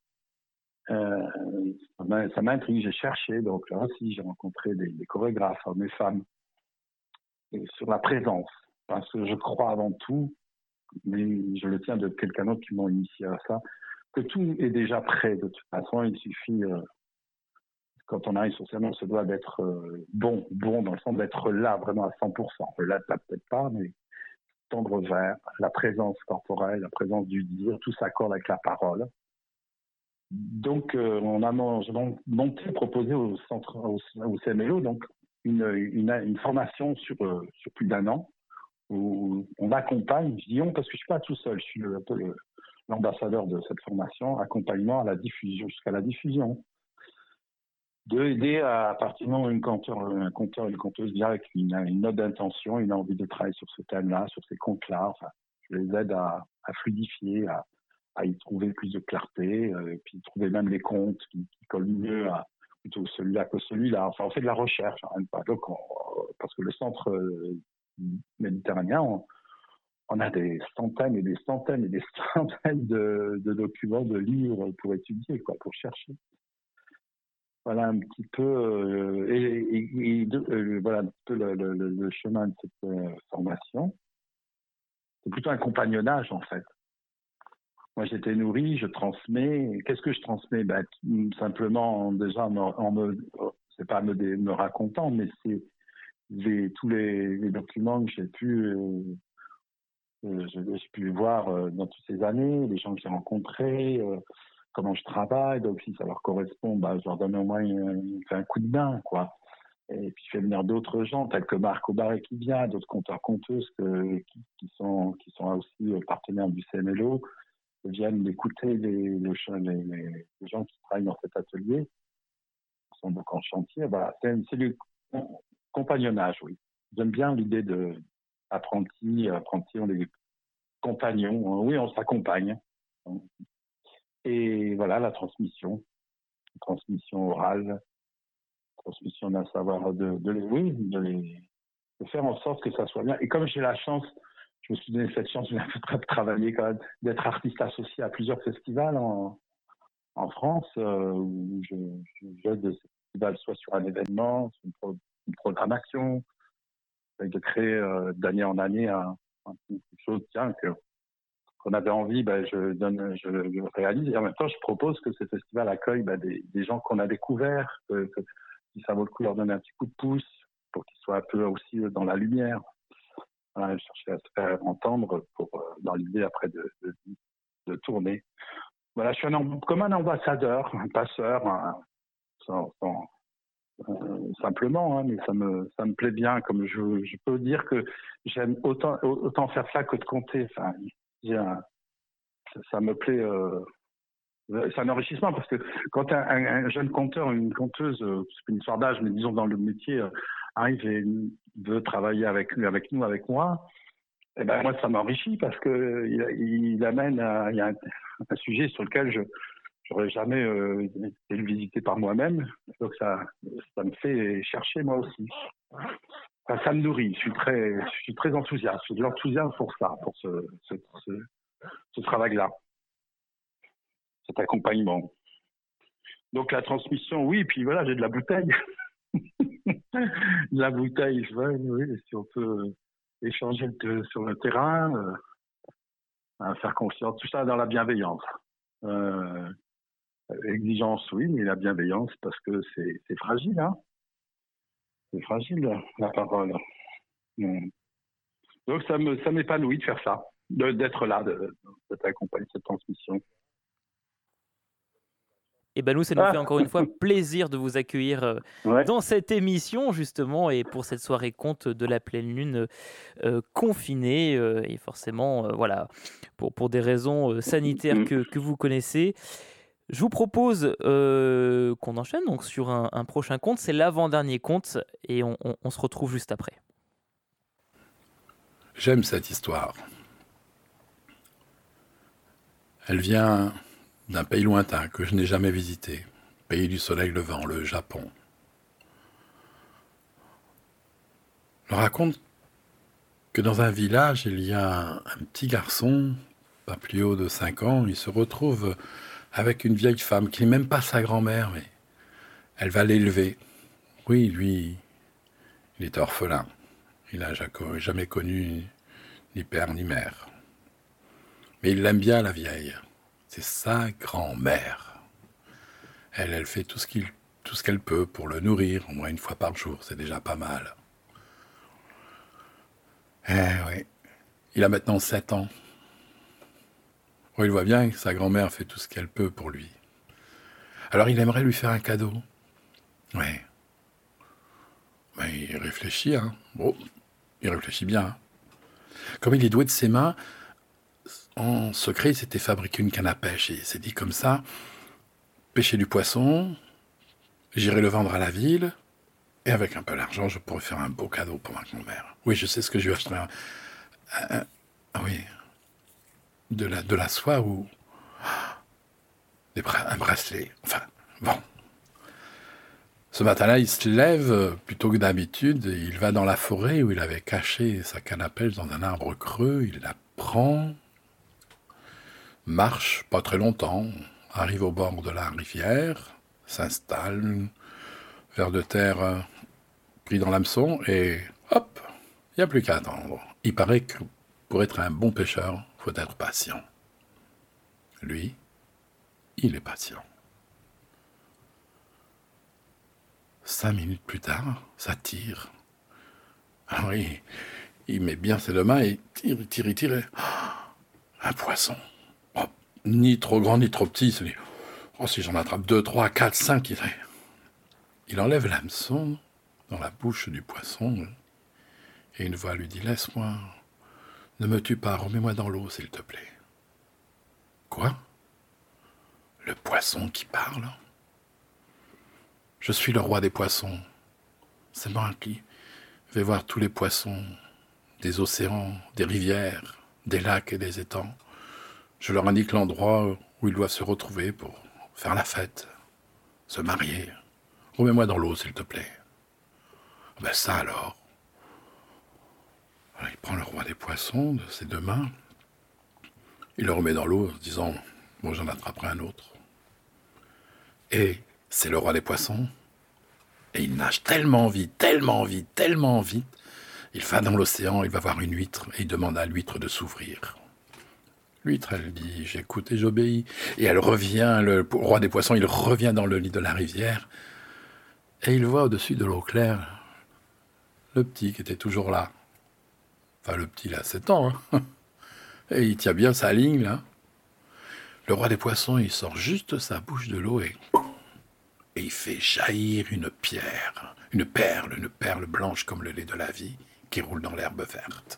Ça m'a intrigué, j'ai cherché, donc là aussi j'ai rencontré des chorégraphes, hommes et femmes, et sur la présence, parce que je crois avant tout, mais je le tiens de quelqu'un d'autre qui m'a initié à ça, que tout est déjà prêt de toute façon, il suffit, quand on arrive sur scène, on se doit d'être bon dans le sens d'être là vraiment à 100%, là peut-être pas, mais tendre vers la présence corporelle, la présence du dire, tout s'accorde avec la parole. Donc, on a monté, proposé au CMLO, donc une formation sur plus d'1 an, où on accompagne, je dis on parce que je suis pas tout seul, je suis un peu l'ambassadeur de cette formation, accompagnement à la diffusion, jusqu'à la diffusion, d'aider à partir du moment où un conteur, une conteuse vient avec une note d'intention, une envie de travailler sur ce thème-là, sur ces contes-là, enfin, je les aide à fluidifier, à y trouver plus de clarté, puis trouver même les comptes qui collent mieux à plutôt celui-là que celui-là. Enfin, on fait de la recherche. Donc, parce que le centre méditerranéen, on a des centaines et des centaines et des centaines de documents, de livres pour étudier, quoi, pour chercher. Voilà un petit peu, voilà un peu le chemin de cette formation. C'est plutôt un compagnonnage, en fait. Moi, j'étais nourri, je transmets. Qu'est-ce que je transmets? Simplement, déjà, c'est pas me racontant, mais c'est tous les documents que j'ai pu voir dans toutes ces années, les gens que j'ai rencontrés, comment je travaille. Donc, si ça leur correspond, je leur donne au moins un coup de main, quoi. Et puis, je fais venir d'autres gens, tels que Marc Aubaret qui vient, d'autres conteurs-conteuses qui sont aussi partenaires du CMLO, viennent écouter les gens qui travaillent dans cet atelier, qui sont donc en chantier. Voilà, c'est du compagnonnage, oui. J'aime bien l'idée de apprenti, on est compagnons. Oui, on s'accompagne. Et voilà, la transmission orale, transmission d'un savoir, de faire en sorte que ça soit bien. Et comme j'ai la chance, je me suis donné cette chance de travailler quand même, d'être artiste associé à plusieurs festivals en France, où j'aide des festivals soit sur un événement, sur une programmation, de créer d'année en année quelque chose qu'on avait envie, je réalise. Et en même temps, je propose que ces festivals accueillent des gens qu'on a découverts, si ça vaut le coup leur donner un petit coup de pouce, pour qu'ils soient un peu aussi dans la lumière. Voilà, chercher à se faire entendre dans l'idée après de tourner. Voilà, je suis comme un ambassadeur, un passeur, simplement, mais ça me plaît bien. Comme je peux dire que j'aime autant faire ça que de compter. Enfin, ça me plaît. C'est un enrichissement parce que quand un jeune conteur, une conteuse, c'est une histoire d'âge, mais disons dans le métier, arrive et veut travailler avec nous, avec moi, et moi ça m'enrichit parce que il amène il y a un sujet sur lequel je n'aurais jamais été visité par moi-même, donc ça me fait chercher moi aussi. Enfin, ça me nourrit. Je suis très enthousiaste. J'ai de l'enthousiasme pour ça, pour ce travail-là, cet accompagnement. Donc la transmission, oui, puis voilà, j'ai de la bouteille. La bouteille, oui, si on peut échanger sur le terrain, faire confiance, tout ça dans la bienveillance. Exigence, oui, mais la bienveillance, parce que c'est fragile, hein. C'est fragile, la parole. Donc ça m'épanouit de faire ça, d'être là, d'être accompagné de cette transmission. Et nous, ça nous fait encore une fois plaisir de vous accueillir dans cette émission, justement, et pour cette soirée conte de la pleine lune confinée. Et forcément, voilà, pour des raisons sanitaires que vous connaissez. Je vous propose qu'on enchaîne donc sur un prochain conte. C'est l'avant-dernier conte, et on se retrouve juste après. J'aime cette histoire. Elle vient d'un pays lointain que je n'ai jamais visité, pays du soleil levant, le Japon. On raconte que dans un village, il y a un petit garçon, pas plus haut de 5 ans, il se retrouve avec une vieille femme qui n'est même pas sa grand-mère, mais elle va l'élever. Oui, lui, il est orphelin. Il n'a jamais connu ni père ni mère. Mais il l'aime bien, la vieille. C'est sa grand-mère. Elle fait tout ce qu'elle peut pour le nourrir, au moins une fois par jour. C'est déjà pas mal. Oui. Il a maintenant 7 ans. Il voit bien que sa grand-mère fait tout ce qu'elle peut pour lui. Alors il aimerait lui faire un cadeau. Oui. Mais il réfléchit, hein. Bon, il réfléchit bien. Hein. Comme il est doué de ses mains, en secret, il s'était fabriqué une canne à pêche. Et il s'est dit comme ça, pêcher du poisson, j'irai le vendre à la ville, et avec un peu d'argent, je pourrais faire un beau cadeau pour ma grand-mère. Oui, je sais ce que je vais acheter. Oui, de la soie ou un bracelet. Enfin, bon. Ce matin-là, il se lève plutôt que d'habitude. Il va dans la forêt où il avait caché sa canne à pêche dans un arbre creux. Il la prend, marche pas très longtemps, arrive au bord de la rivière, s'installe, ver de terre pris dans l'hameçon et hop, il n'y a plus qu'à attendre. Il paraît que pour être un bon pêcheur, il faut être patient. Lui, il est patient. 5 minutes plus tard, ça tire. Alors il met bien ses deux mains et il tire et... un poisson. Oh, ni trop grand, ni trop petit. Il se dit, oh, si j'en attrape 2, 3, 4, 5, il enlève l'hameçon dans la bouche du poisson et une voix lui dit, laisse-moi, ne me tue pas, remets-moi dans l'eau, s'il te plaît. Quoi? Le poisson qui parle? Je suis le roi des poissons. C'est moi qui vais voir tous les poissons des océans, des rivières, des lacs et des étangs. Je leur indique l'endroit où ils doivent se retrouver pour faire la fête, se marier. Remets-moi dans l'eau, s'il te plaît. Ben ça alors. Alors, il prend le roi des poissons de ses deux mains. Il le remet dans l'eau en se disant, bon, j'en attraperai un autre. Et c'est le roi des poissons. Et il nage tellement vite, tellement vite, tellement vite. Il va dans l'océan, il va voir une huître et il demande à l'huître de s'ouvrir. L'huître, elle dit, j'écoute et j'obéis. Et elle revient, le roi des poissons, il revient dans le lit de la rivière. Et il voit au-dessus de l'eau claire le petit qui était toujours là. Enfin, le petit, il a 7 ans. Hein. Et il tient bien sa ligne, là. Le roi des poissons, il sort juste sa bouche de l'eau et il fait jaillir une pierre, une perle blanche comme le lait de la vie qui roule dans l'herbe verte.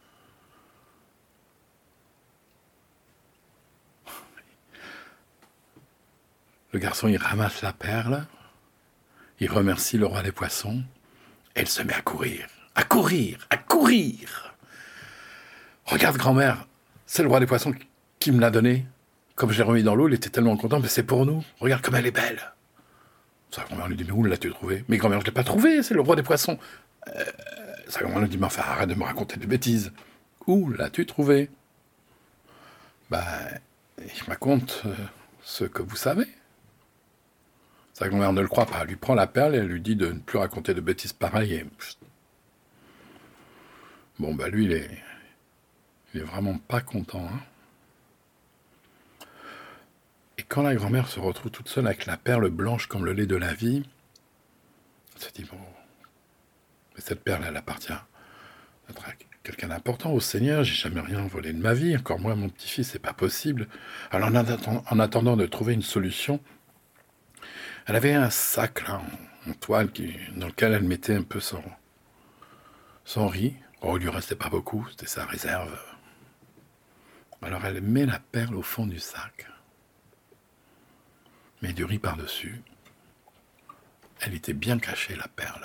Le garçon, il ramasse la perle, il remercie le roi des poissons, et il se met à courir, à courir, à courir. Regarde, grand-mère, c'est le roi des poissons qui me l'a donné. Comme je l'ai remis dans l'eau, il était tellement content, mais c'est pour nous. Regarde comme elle est belle. Sa grand-mère lui dit, mais où l'as-tu trouvé? Mais grand-mère, je ne l'ai pas trouvé, c'est le roi des poissons. Sa grand-mère lui dit, mais enfin, arrête de me raconter des bêtises. Où l'as-tu trouvé? Ben, il raconte ce que vous savez. Sa grand-mère ne le croit pas. Elle lui prend la perle et elle lui dit de ne plus raconter de bêtises pareilles. Et... Bon, ben lui, il est vraiment pas content. Hein. Et quand la grand-mère se retrouve toute seule avec la perle blanche comme le lait de la vie, elle se dit, bon, mais cette perle, elle appartient à quelqu'un d'important, au Seigneur. J'ai jamais rien volé de ma vie, encore moins mon petit-fils, c'est pas possible. Alors en attendant de trouver une solution, elle avait un sac là, en toile dans lequel elle mettait un peu son riz. Oh, il lui restait pas beaucoup, c'était sa réserve. Alors elle met la perle au fond du sac, met du riz par-dessus. Elle était bien cachée, la perle.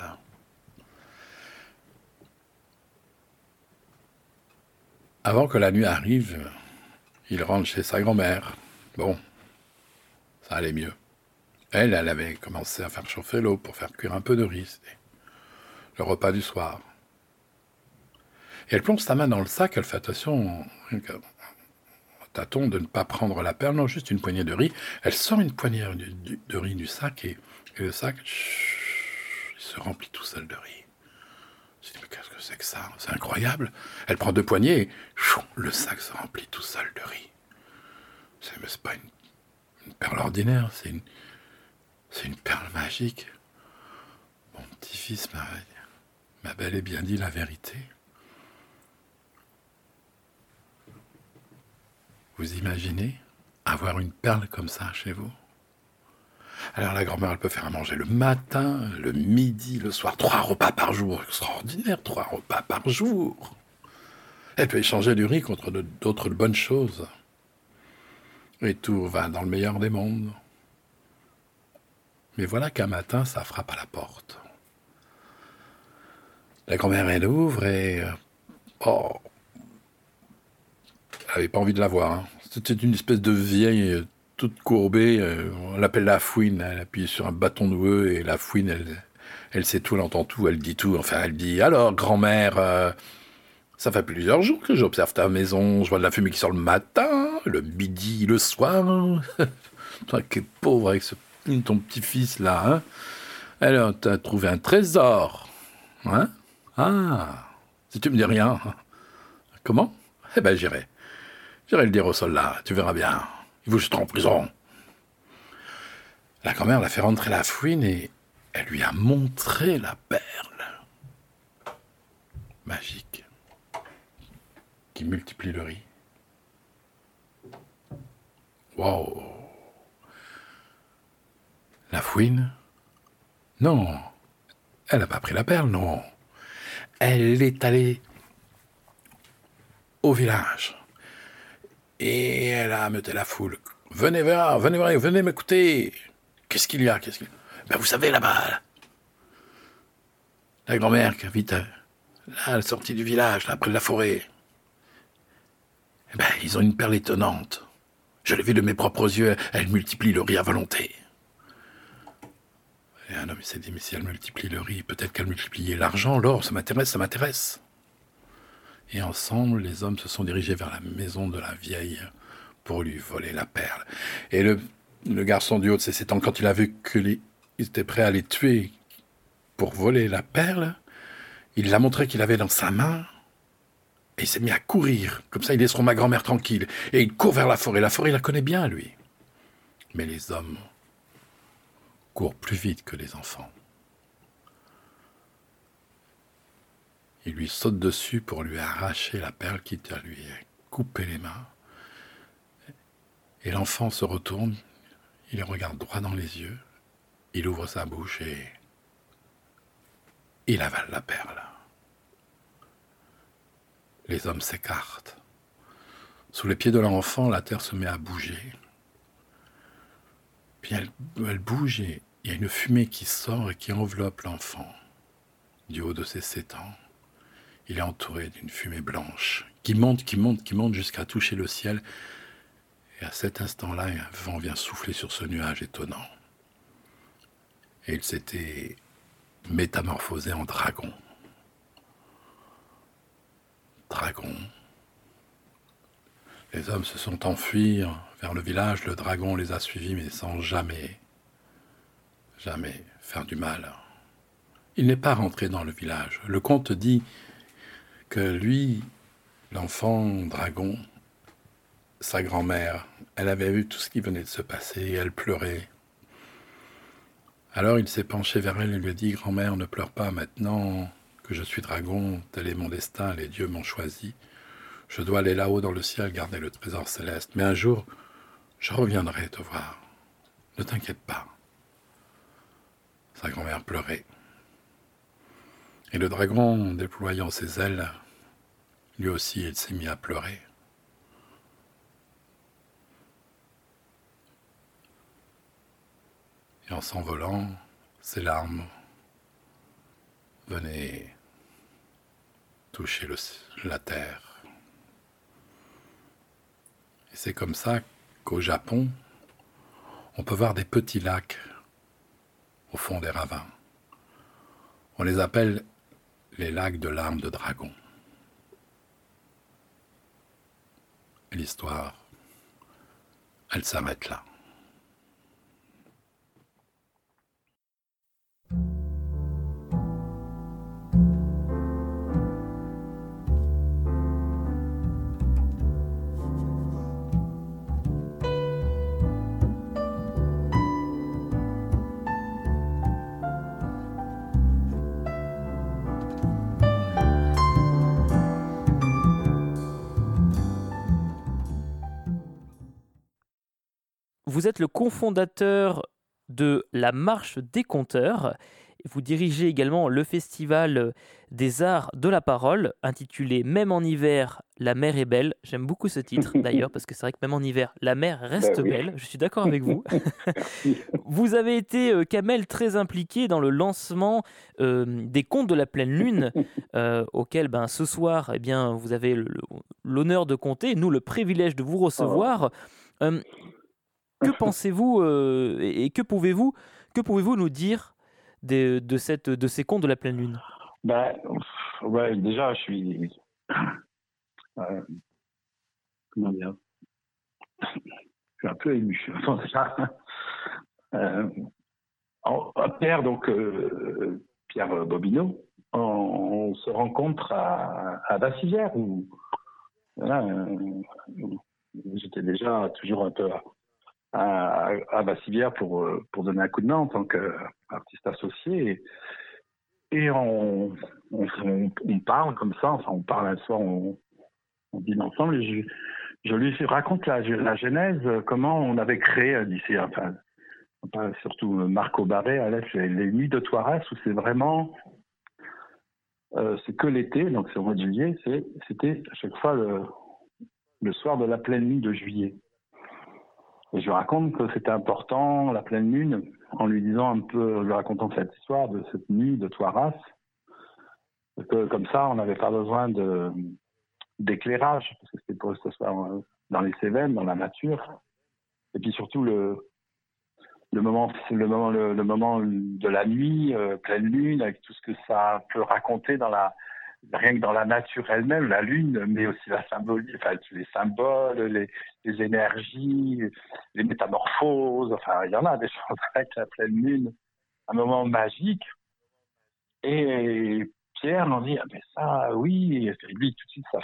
Avant que la nuit arrive, il rentre chez sa grand-mère. Bon, ça allait mieux. Elle avait commencé à faire chauffer l'eau pour faire cuire un peu de riz. C'était le repas du soir. Et elle plonge sa main dans le sac, elle fait attention, tâton, de ne pas prendre la perle, non, juste une poignée de riz. Elle sort une poignée de riz du sac et le sac, il se remplit tout seul de riz. Je me dis, mais qu'est-ce que c'est que ça? C'est incroyable. Elle prend 2 poignées et le sac se remplit tout seul de riz. Mais c'est pas une perle ordinaire, c'est une perle magique. Mon petit-fils m'a bel et bien dit la vérité. Vous imaginez avoir une perle comme ça chez vous? Alors la grand-mère, elle peut faire à manger le matin, le midi, le soir, 3 repas par jour. Extraordinaire, 3 repas par jour. Elle peut échanger du riz contre d'autres bonnes choses. Et tout va dans le meilleur des mondes. Mais voilà qu'un matin, ça frappe à la porte. La grand-mère, elle ouvre et... oh, elle n'avait pas envie de la voir. Hein. C'était une espèce de vieille, toute courbée. On l'appelle la fouine. Elle appuie sur un bâton noueux et la fouine, elle sait tout, elle entend tout, elle dit tout. Enfin, elle dit, alors, grand-mère, ça fait plusieurs jours que j'observe ta maison. Je vois de la fumée qui sort le matin, le midi, le soir. Toi qui es pauvre avec ton petit-fils là. Hein. Alors, t'as trouvé un trésor. Hein? Ah, si tu me dis rien. Comment? Eh ben, j'irai le dire au soldat, tu verras bien. Il vous jetera en prison. La grand-mère l'a fait rentrer la fouine et elle lui a montré la perle magique qui multiplie le riz. Wow! La fouine? Non, elle n'a pas pris la perle, non. Elle est allée au village et elle a ameuté la foule. Venez voir, venez m'écouter. Qu'est-ce qu'il y a? Ben, vous savez, là-bas, la grand-mère qui habite là, à la sortie du village, là, près de la forêt. Eh ben, ils ont une perle étonnante. Je l'ai vue de mes propres yeux, elle multiplie le riz à volonté. Et un homme s'est dit, mais si elle multiplie le riz, peut-être qu'elle multipliait l'argent, l'or, ça m'intéresse. Et ensemble, les hommes se sont dirigés vers la maison de la vieille pour lui voler la perle. Et le garçon du haut de ses 7 ans, quand il a vu qu'ils étaient prêts à les tuer pour voler la perle, il l'a montré qu'il avait dans sa main, et il s'est mis à courir. Comme ça, ils laisseront ma grand-mère tranquille. Et il court vers la forêt. La forêt, il la connaît bien, lui. Mais les hommes courent plus vite que les enfants. Il lui saute dessus pour lui arracher la perle, quitte à lui couper les mains. Et l'enfant se retourne, il les regarde droit dans les yeux, il ouvre sa bouche et il avale la perle. Les hommes s'écartent. Sous les pieds de l'enfant, la terre se met à bouger. Puis elle bouge et il y a une fumée qui sort et qui enveloppe l'enfant. Du haut de ses 7 ans, il est entouré d'une fumée blanche qui monte jusqu'à toucher le ciel. Et à cet instant-là, un vent vient souffler sur ce nuage étonnant. Et il s'était métamorphosé en dragon. Les hommes se sont enfuis vers le village, le dragon les a suivis, mais sans jamais faire du mal. Il n'est pas rentré dans le village. Le conte dit que lui, l'enfant dragon, sa grand-mère, elle avait vu tout ce qui venait de se passer et elle pleurait. Alors il s'est penché vers elle et lui a dit « Grand-mère, ne pleure pas maintenant que je suis dragon, tel est mon destin, les dieux m'ont choisi. Je dois aller là-haut dans le ciel garder le trésor céleste. Mais un jour, je reviendrai te voir. Ne t'inquiète pas. » Sa grand-mère pleurait. Et le dragon, déployant ses ailes, lui aussi, il s'est mis à pleurer. Et en s'envolant, ses larmes venaient toucher la terre. Et c'est comme ça qu'au Japon, on peut voir des petits lacs au fond des ravins. On les appelle les lacs de larmes de dragon. Et l'histoire, elle s'arrête là. Vous êtes le cofondateur de la Marche des Conteurs. Vous dirigez également le festival des arts de la parole, intitulé Même en hiver, la mer est belle. J'aime beaucoup ce titre d'ailleurs, parce que c'est vrai que même en hiver, la mer reste belle. Je suis d'accord avec vous. Vous avez été, Kamel, très impliqué dans le lancement des Contes de la pleine lune, auquel ce soir, eh bien, vous avez l'honneur de compter, nous le privilège de vous recevoir. Que pensez-vous et que pouvez-vous nous dire de ces contes de la pleine lune? Ouais, déjà, je suis... comment dire? Je suis un peu ému. Enfin, déjà, Pierre, donc Pierre Bobineau, on se rencontre à Bassivière où voilà, j'étais déjà toujours un peu à Bassivière pour donner un coup de main en tant qu'artiste associé. Et on parle comme ça, enfin on parle un soir, on dîne ensemble. Et je lui raconte la genèse, comment on avait créé d'ici, enfin surtout Marco Barret, Alès, les Nuits de Toiras, où c'est vraiment, c'est que l'été, donc c'est au mois de juillet, c'était à chaque fois le soir de la pleine lune de juillet. Et je lui raconte que c'était important, la pleine lune, en lui disant un peu, lui racontant cette histoire de cette nuit de Toiras, que comme ça, on n'avait pas besoin d'éclairage, parce que c'était pour que ce soit dans les Cévennes, dans la nature. Et puis surtout le moment de la nuit, pleine lune, avec tout ce que ça peut raconter rien que dans la nature elle-même, la lune, mais aussi la symbolique, enfin tous les symboles, les énergies, les métamorphoses, enfin il y en a des choses avec la pleine lune, un moment magique. Et Pierre m'en dit, ah ben ça, oui, et lui tout de suite,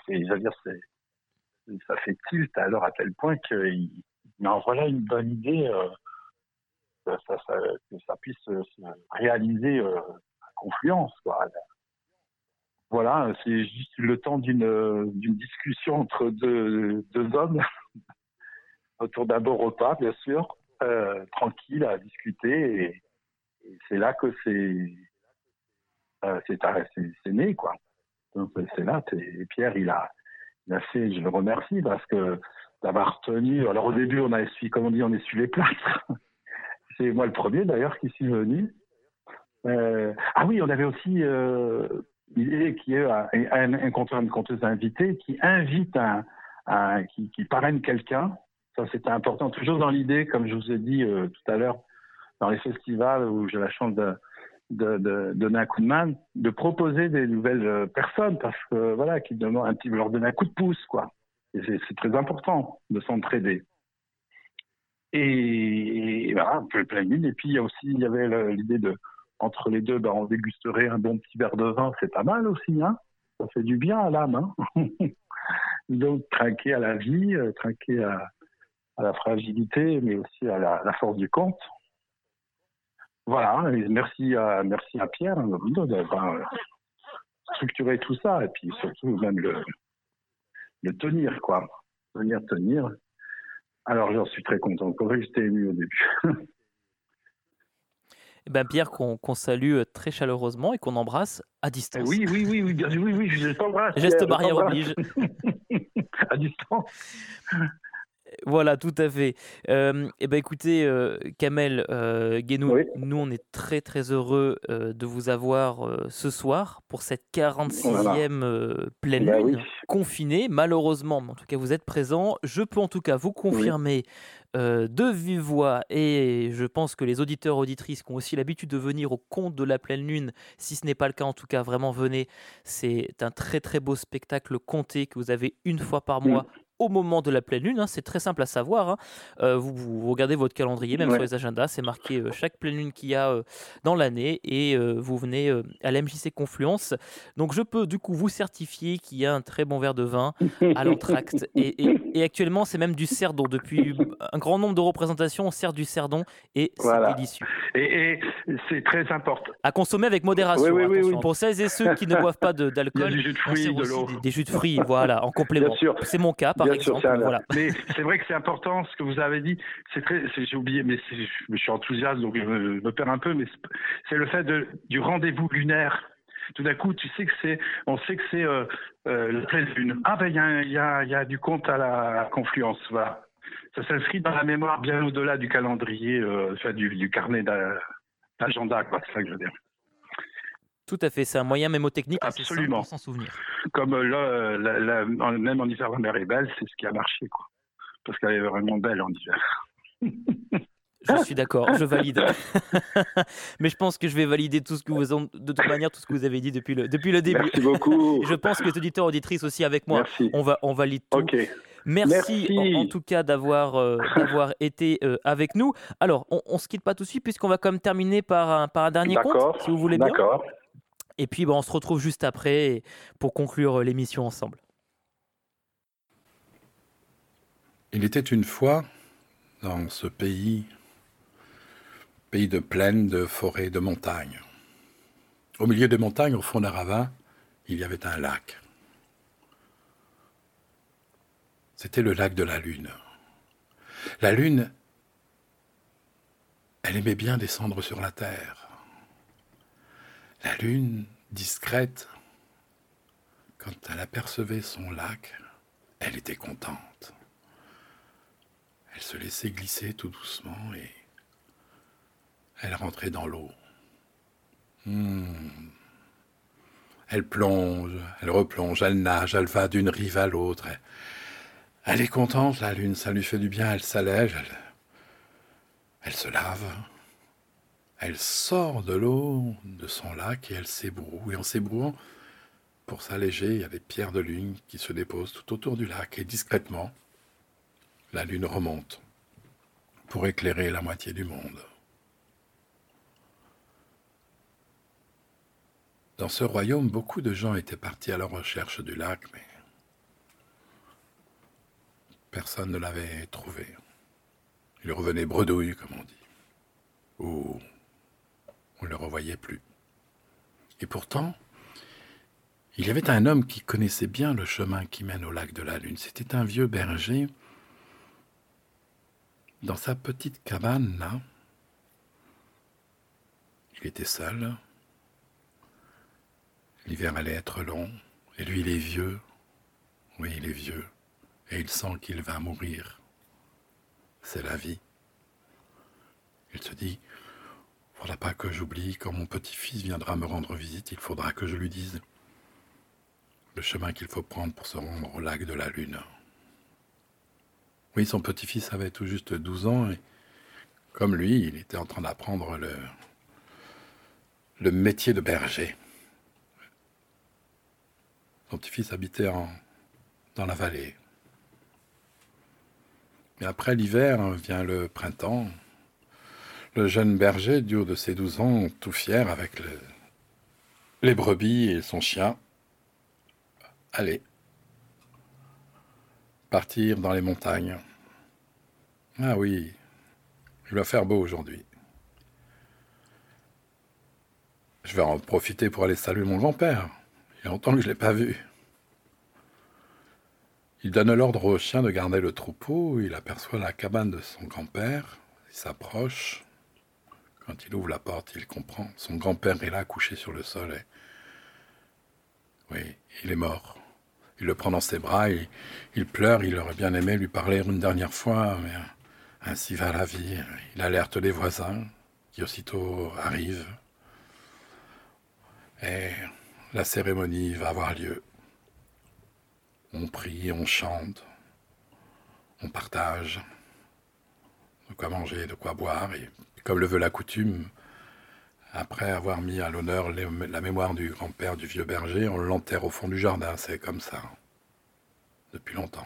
ça fait tilt alors à tel point qu'il m'envoie là une bonne idée, que ça puisse se réaliser à Confluence, quoi. Voilà, c'est juste le temps d'une discussion entre deux hommes autour d'un beau repas, bien sûr, tranquille à discuter, et c'est là que c'est né, quoi. Donc c'est là, Pierre, il a fait, je le remercie parce que d'avoir tenu. Alors au début, on essuie les plâtres. C'est moi le premier d'ailleurs qui suis venu. Ah oui, on avait aussi l'idée qu'il y ait un conteur, une conteuse invitée qui invite qui parraine quelqu'un. Ça, c'était important. Toujours dans l'idée, comme je vous ai dit tout à l'heure, dans les festivals où j'ai la chance de donner un coup de main, de proposer des nouvelles personnes, parce que voilà, qui demandent leur donner un coup de pouce, quoi. Et c'est très important de s'entraider. Et voilà, un peu plein lune. Et puis il y avait l'idée entre les deux, on dégusterait un bon petit verre de vin, c'est pas mal aussi, hein. Ça fait du bien à l'âme, hein. Donc trinquer à la vie, trinquer à la fragilité, mais aussi à la force du conte. Voilà, et merci à Pierre d'avoir structuré tout ça, et puis surtout même le tenir, quoi. Tenir. Alors j'en suis très content. J'étais ému au début. Eh ben Pierre, qu'on salue très chaleureusement et qu'on embrasse à distance. Oui, je t'embrasse. Geste barrière oblige. À distance. Voilà, tout à fait. Eh ben écoutez, Kamel Guénou, oui. Nous on est très très heureux de vous avoir ce soir pour cette 46e pleine lune, confinée. Malheureusement, en tout cas vous êtes présents. Je peux en tout cas vous confirmer de vive voix, et je pense que les auditeurs auditrices qui ont aussi l'habitude de venir au conte de la pleine lune, si ce n'est pas le cas, en tout cas vraiment venez. C'est un très très beau spectacle conté que vous avez une fois par mois. Au moment de la pleine lune, hein, c'est très simple à savoir. Hein. Vous regardez votre calendrier, même sur les agendas, c'est marqué chaque pleine lune qu'il y a dans l'année, et vous venez à l'MJC Confluence. Donc je peux du coup vous certifier qu'il y a un très bon verre de vin à l'entracte. Et actuellement, c'est même du cerdon. Depuis un grand nombre de représentations, on sert du cerdon et c'est délicieux. Et c'est très important. À consommer avec modération. Oui. Pour celles et ceux qui ne boivent pas d'alcool, il y a du jus de fruits, de l'eau. Des jus de fruits, voilà, en complément. C'est mon cas, par exemple. Voilà. Mais c'est vrai que c'est important ce que vous avez dit. J'ai oublié, mais je suis enthousiaste, donc je me perds un peu. Mais c'est le fait du rendez-vous lunaire. Tout d'un coup, on sait que c'est la pleine lune. Ah ben il y a du conte à la Confluence. Voilà. Ça s'inscrit dans la mémoire bien au-delà du calendrier, du carnet d'agenda, quoi. C'est ça que je veux dire. Tout à fait, c'est un moyen mémotechnique assez simple Absolument. pour s'en souvenir. Comme même en hiver, la mer est belle, c'est ce qui a marché, quoi. Parce qu'elle est vraiment belle en hiver. Je suis d'accord, je valide. Mais je pense que je vais valider tout ce que de toute manière, tout ce que vous avez dit depuis le début. Merci beaucoup. Et je pense que les auditeurs auditrices aussi avec moi, Merci. on valide tout. Ok. Merci en Merci. tout cas d'avoir été avec nous. Alors, on se quitte pas tout de suite puisqu'on va quand même terminer par un dernier conte, D'accord. si vous voulez bien. D'accord. Et puis, on se retrouve juste après pour conclure l'émission ensemble. Il était une fois, dans ce pays de plaines, de forêts, de montagnes. Au milieu des montagnes, au fond d'un ravin, il y avait un lac. C'était le lac de la Lune. La Lune, elle aimait bien descendre sur la Terre. La Lune, discrète, quand elle apercevait son lac, elle était contente. Elle se laissait glisser tout doucement et elle rentrait dans l'eau. Elle plonge, elle replonge, elle nage, elle va d'une rive à l'autre. Elle est contente, la Lune, ça lui fait du bien, elle s'allège, elle se lave. Elle sort de l'eau de son lac et elle s'ébroue. Et en s'ébrouant, pour s'alléger, il y a des pierres de lune qui se déposent tout autour du lac. Et discrètement, la lune remonte pour éclairer la moitié du monde. Dans ce royaume, beaucoup de gens étaient partis à la recherche du lac, mais personne ne l'avait trouvé. Il revenait bredouille, comme on dit. Ou on ne le revoyait plus. Et pourtant, il y avait un homme qui connaissait bien le chemin qui mène au lac de la Lune. C'était un vieux berger. Dans sa petite cabane, là, il était seul. L'hiver allait être long. Et lui, il est vieux. Oui, il est vieux. Et il sent qu'il va mourir. C'est la vie. Il se dit, il ne faudra pas que j'oublie, quand mon petit-fils viendra me rendre visite, il faudra que je lui dise le chemin qu'il faut prendre pour se rendre au lac de la Lune. Oui, son petit-fils avait tout juste 12 ans et comme lui, il était en train d'apprendre le métier de berger. Son petit-fils habitait dans la vallée. Et après l'hiver vient le printemps. Le jeune berger, du haut de ses 12 ans, tout fier avec les brebis et son chien, allait partir dans les montagnes. Ah oui, il va faire beau aujourd'hui. Je vais en profiter pour aller saluer mon grand-père. Il y a longtemps que je ne l'ai pas vu. Il donne l'ordre au chien de garder le troupeau. Il aperçoit la cabane de son grand-père. Il s'approche. Quand il ouvre la porte, il comprend. Son grand-père est là, couché sur le sol. Oui, il est mort. Il le prend dans ses bras, il pleure. Il aurait bien aimé lui parler une dernière fois, mais ainsi va la vie. Il alerte les voisins, qui aussitôt arrivent. Et la cérémonie va avoir lieu. On prie, on chante, on partage, de quoi manger, de quoi boire. Et comme le veut la coutume, après avoir mis à l'honneur la mémoire du grand-père du vieux berger, on l'enterre au fond du jardin. C'est comme ça, depuis longtemps.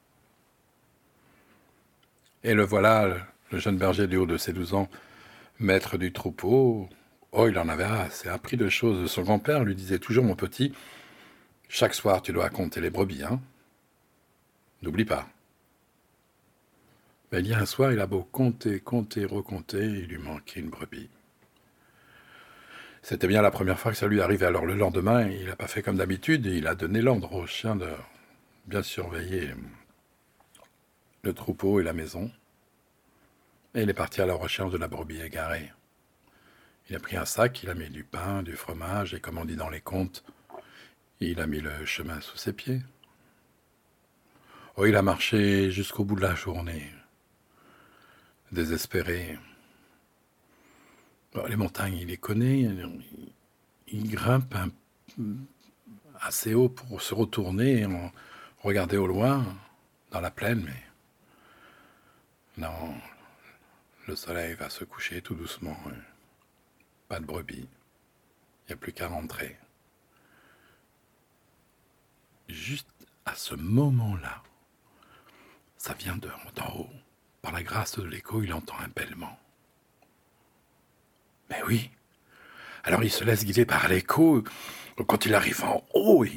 Et le voilà, le jeune berger du haut de ses 12 ans, maître du troupeau. Oh, il en avait assez appris de choses. Son grand-père lui disait toujours, mon petit, chaque soir tu dois compter les brebis, hein. N'oublie pas. Mais il y a un soir, il a beau compter, recompter, il lui manquait une brebis. C'était bien la première fois que ça lui arrivait. Alors le lendemain, il n'a pas fait comme d'habitude, et il a donné l'ordre au chien de bien surveiller le troupeau et la maison. Et il est parti à la recherche de la brebis égarée. Il a pris un sac, il a mis du pain, du fromage, et comme on dit dans les contes, il a mis le chemin sous ses pieds. Oh, il a marché jusqu'au bout de la journée, désespéré. Les montagnes, il les connaît, il grimpe assez haut pour se retourner et regarder au loin, dans la plaine, mais non, Le soleil va se coucher tout doucement. Pas de brebis. Il n'y a plus qu'à rentrer. Juste à ce moment-là, ça vient d'en haut. Par la grâce de l'écho, il entend un bêlement. Mais oui. Alors il se laisse guider par l'écho. Quand il arrive en haut,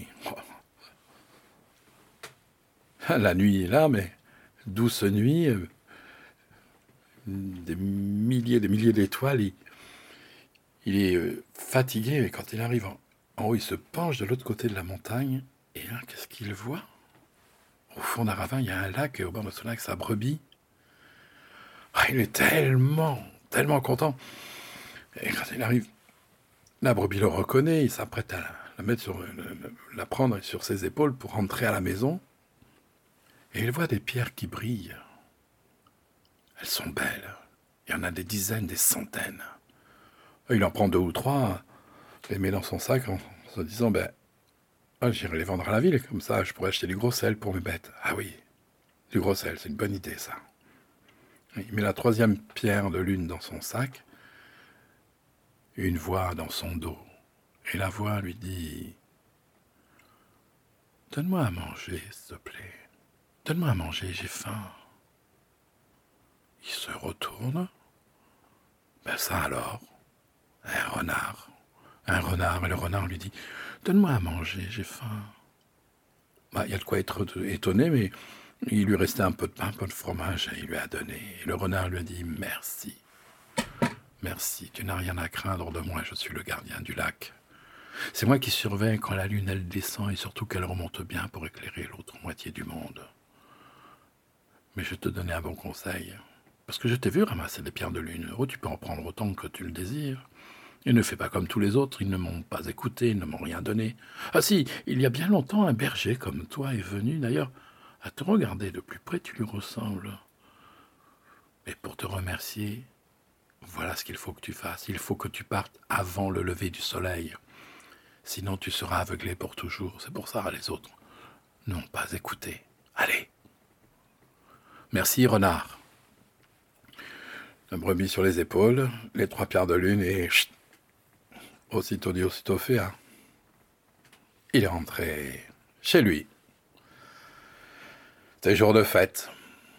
la nuit est là, mais douce nuit, des milliers d'étoiles. Il est fatigué, mais quand il arrive en haut, il se penche de l'autre côté de la montagne. Et là, qu'est-ce qu'il voit? Au fond d'un ravin, il y a un lac, et au bord de ce lac, sa brebis. Il est tellement content. Et quand il arrive, la brebis le reconnaît, il s'apprête à la mettre la prendre sur ses épaules pour rentrer à la maison. Et il voit des pierres qui brillent. Elles sont belles. Il y en a des dizaines, des centaines. Il en prend 2 ou 3, les met dans son sac en se disant, j'irai les vendre à la ville, comme ça je pourrais acheter du gros sel pour mes bêtes. Ah oui, du gros sel, c'est une bonne idée ça. Il met la 3e pierre de lune dans son sac, une voix dans son dos. Et la voix lui dit, donne-moi à manger, s'il te plaît. Donne-moi à manger, j'ai faim. Il se retourne. Ça alors, un renard, et le renard lui dit, donne-moi à manger, j'ai faim. Il y a de quoi être étonné, mais il lui restait un peu de pain, un peu de fromage, et il lui a donné. Et le renard lui a dit, merci, tu n'as rien à craindre de moi, je suis le gardien du lac. C'est moi qui surveille quand la lune, elle descend, et surtout qu'elle remonte bien pour éclairer l'autre moitié du monde. Mais je te donnais un bon conseil, parce que je t'ai vu ramasser des pierres de lune. Tu peux en prendre autant que tu le désires. Et ne fais pas comme tous les autres, ils ne m'ont pas écouté, ils ne m'ont rien donné. Ah si, il y a bien longtemps, un berger comme toi est venu, d'ailleurs, à te regarder de plus près, tu lui ressembles. Et pour te remercier, voilà ce qu'il faut que tu fasses. Il faut que tu partes avant le lever du soleil. Sinon, tu seras aveuglé pour toujours. C'est pour ça, les autres n'ont pas écouté. Allez. Merci, renard. La brebis sur les épaules, les 3 pierres de lune et... Aussitôt dit, aussitôt fait. Il est rentré chez lui. C'était jour de fête.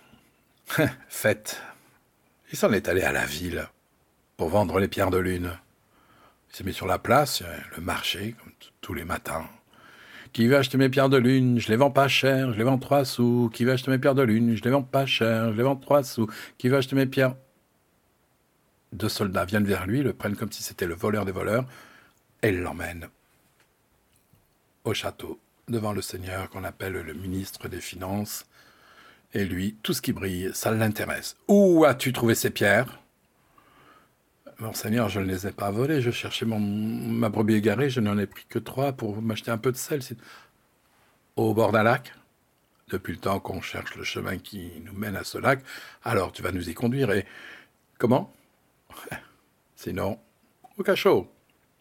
Fête. Il s'en est allé à la ville pour vendre les pierres de lune. Il s'est mis sur la place, le marché, comme tous les matins. Qui veut acheter mes pierres de lune? Je les vends pas cher, je les vends 3 sous. Qui veut acheter mes pierres de lune? Je les vends pas cher, je les vends 3 sous. Qui veut acheter mes pierres? 2 soldats viennent vers lui, le prennent comme si c'était le voleur des voleurs, et l'emmènent au château, devant le seigneur qu'on appelle le ministre des Finances. Et lui, tout ce qui brille, ça l'intéresse. Où as-tu trouvé ces pierres? Monseigneur, je ne les ai pas volées, je cherchais ma brebis égarée, je n'en ai pris que 3 pour m'acheter un peu de sel. Au bord d'un lac? Depuis le temps qu'on cherche le chemin qui nous mène à ce lac, alors tu vas nous y conduire et... Comment? Sinon, au cachot.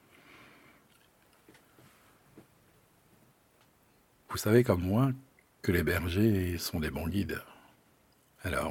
Vous savez comme moi que les bergers sont des bons guides. Alors,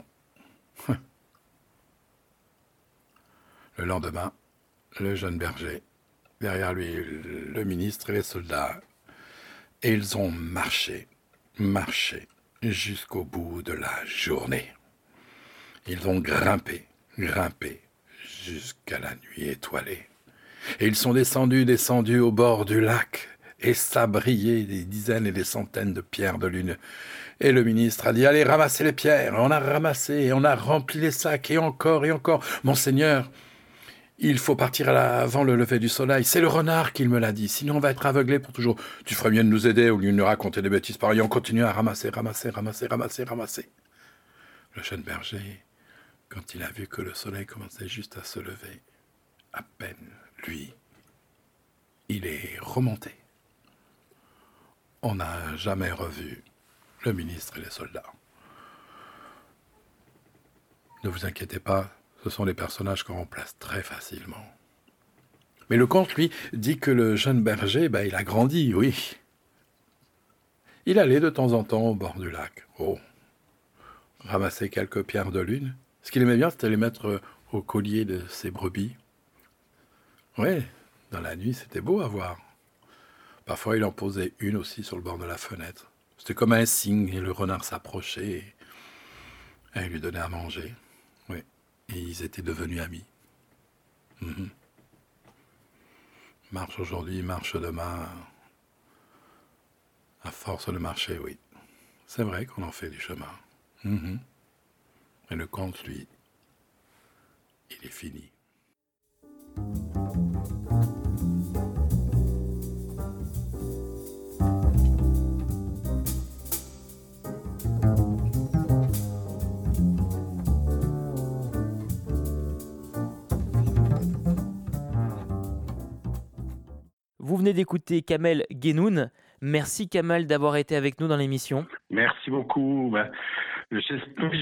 le lendemain, le jeune berger, derrière lui le ministre et les soldats, et ils ont marché jusqu'au bout de la journée. Ils ont grimpé jusqu'à la nuit étoilée. Et ils sont descendus au bord du lac, et ça brillait des dizaines et des centaines de pierres de lune. Et le ministre a dit, allez, ramassez les pierres. On a ramassé, et on a rempli les sacs, et encore. Monseigneur, il faut partir avant le lever du soleil. C'est le renard qui me l'a dit, sinon on va être aveuglé pour toujours. Tu ferais bien de nous aider au lieu de nous raconter des bêtises pareilles. On continue à ramasser. Le jeune berger, quand il a vu que le soleil commençait juste à se lever, à peine, lui, il est remonté. On n'a jamais revu le ministre et les soldats. Ne vous inquiétez pas, ce sont des personnages qu'on remplace très facilement. Mais le conte, lui, dit que le jeune berger, il a grandi, oui. Il allait de temps en temps au bord du lac. Ramasser quelques pierres de lune, Ce qu'il aimait bien, c'était les mettre au collier de ses brebis. Oui, dans la nuit, c'était beau à voir. Parfois, il en posait une aussi sur le bord de la fenêtre. C'était comme un signe, et le renard s'approchait et il lui donnait à manger. Oui, et ils étaient devenus amis. Mhm. Marche aujourd'hui, marche demain. À force de marcher, oui. C'est vrai qu'on en fait du chemin. Mhm. Et le conte, lui, il est fini. Vous venez d'écouter Kamel Guénoun. Merci Kamel d'avoir été avec nous dans l'émission. Merci beaucoup. Je sais,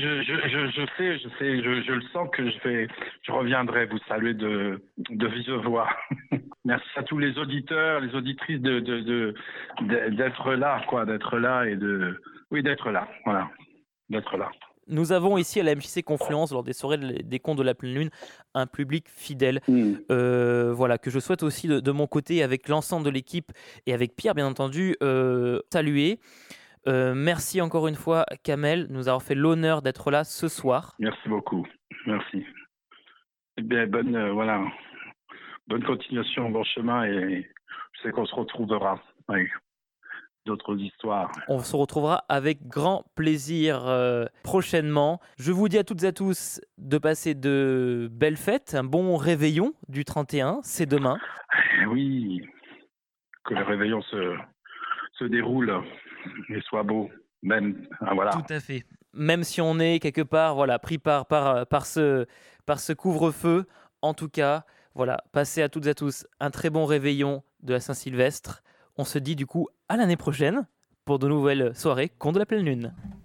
je le sens que je reviendrai vous saluer de vive voix. Merci à tous les auditeurs, les auditrices d'être là, d'être là et d'être là, voilà, d'être là. Nous avons ici à la MJC Confluence, lors des soirées des contes de la pleine lune, un public fidèle. Voilà, que je souhaite aussi de mon côté, avec l'ensemble de l'équipe et avec Pierre, bien entendu, saluer. Merci encore une fois, Kamel, de nous avoir fait l'honneur d'être là ce soir. Merci beaucoup. Merci. Eh bien, bonne continuation, bon chemin, et je sais qu'on se retrouvera avec d'autres histoires. On se retrouvera avec grand plaisir prochainement. Je vous dis à toutes et à tous de passer de belles fêtes, un bon réveillon du 31, c'est demain. Oui, que le réveillon se déroule et soit beau, même, voilà. Tout à fait. Même si on est quelque part, pris par ce couvre-feu, en tout cas, voilà, passez à toutes et à tous un très bon réveillon de la Saint-Sylvestre. On se dit du coup à l'année prochaine pour de nouvelles soirées Contes de la pleine lune.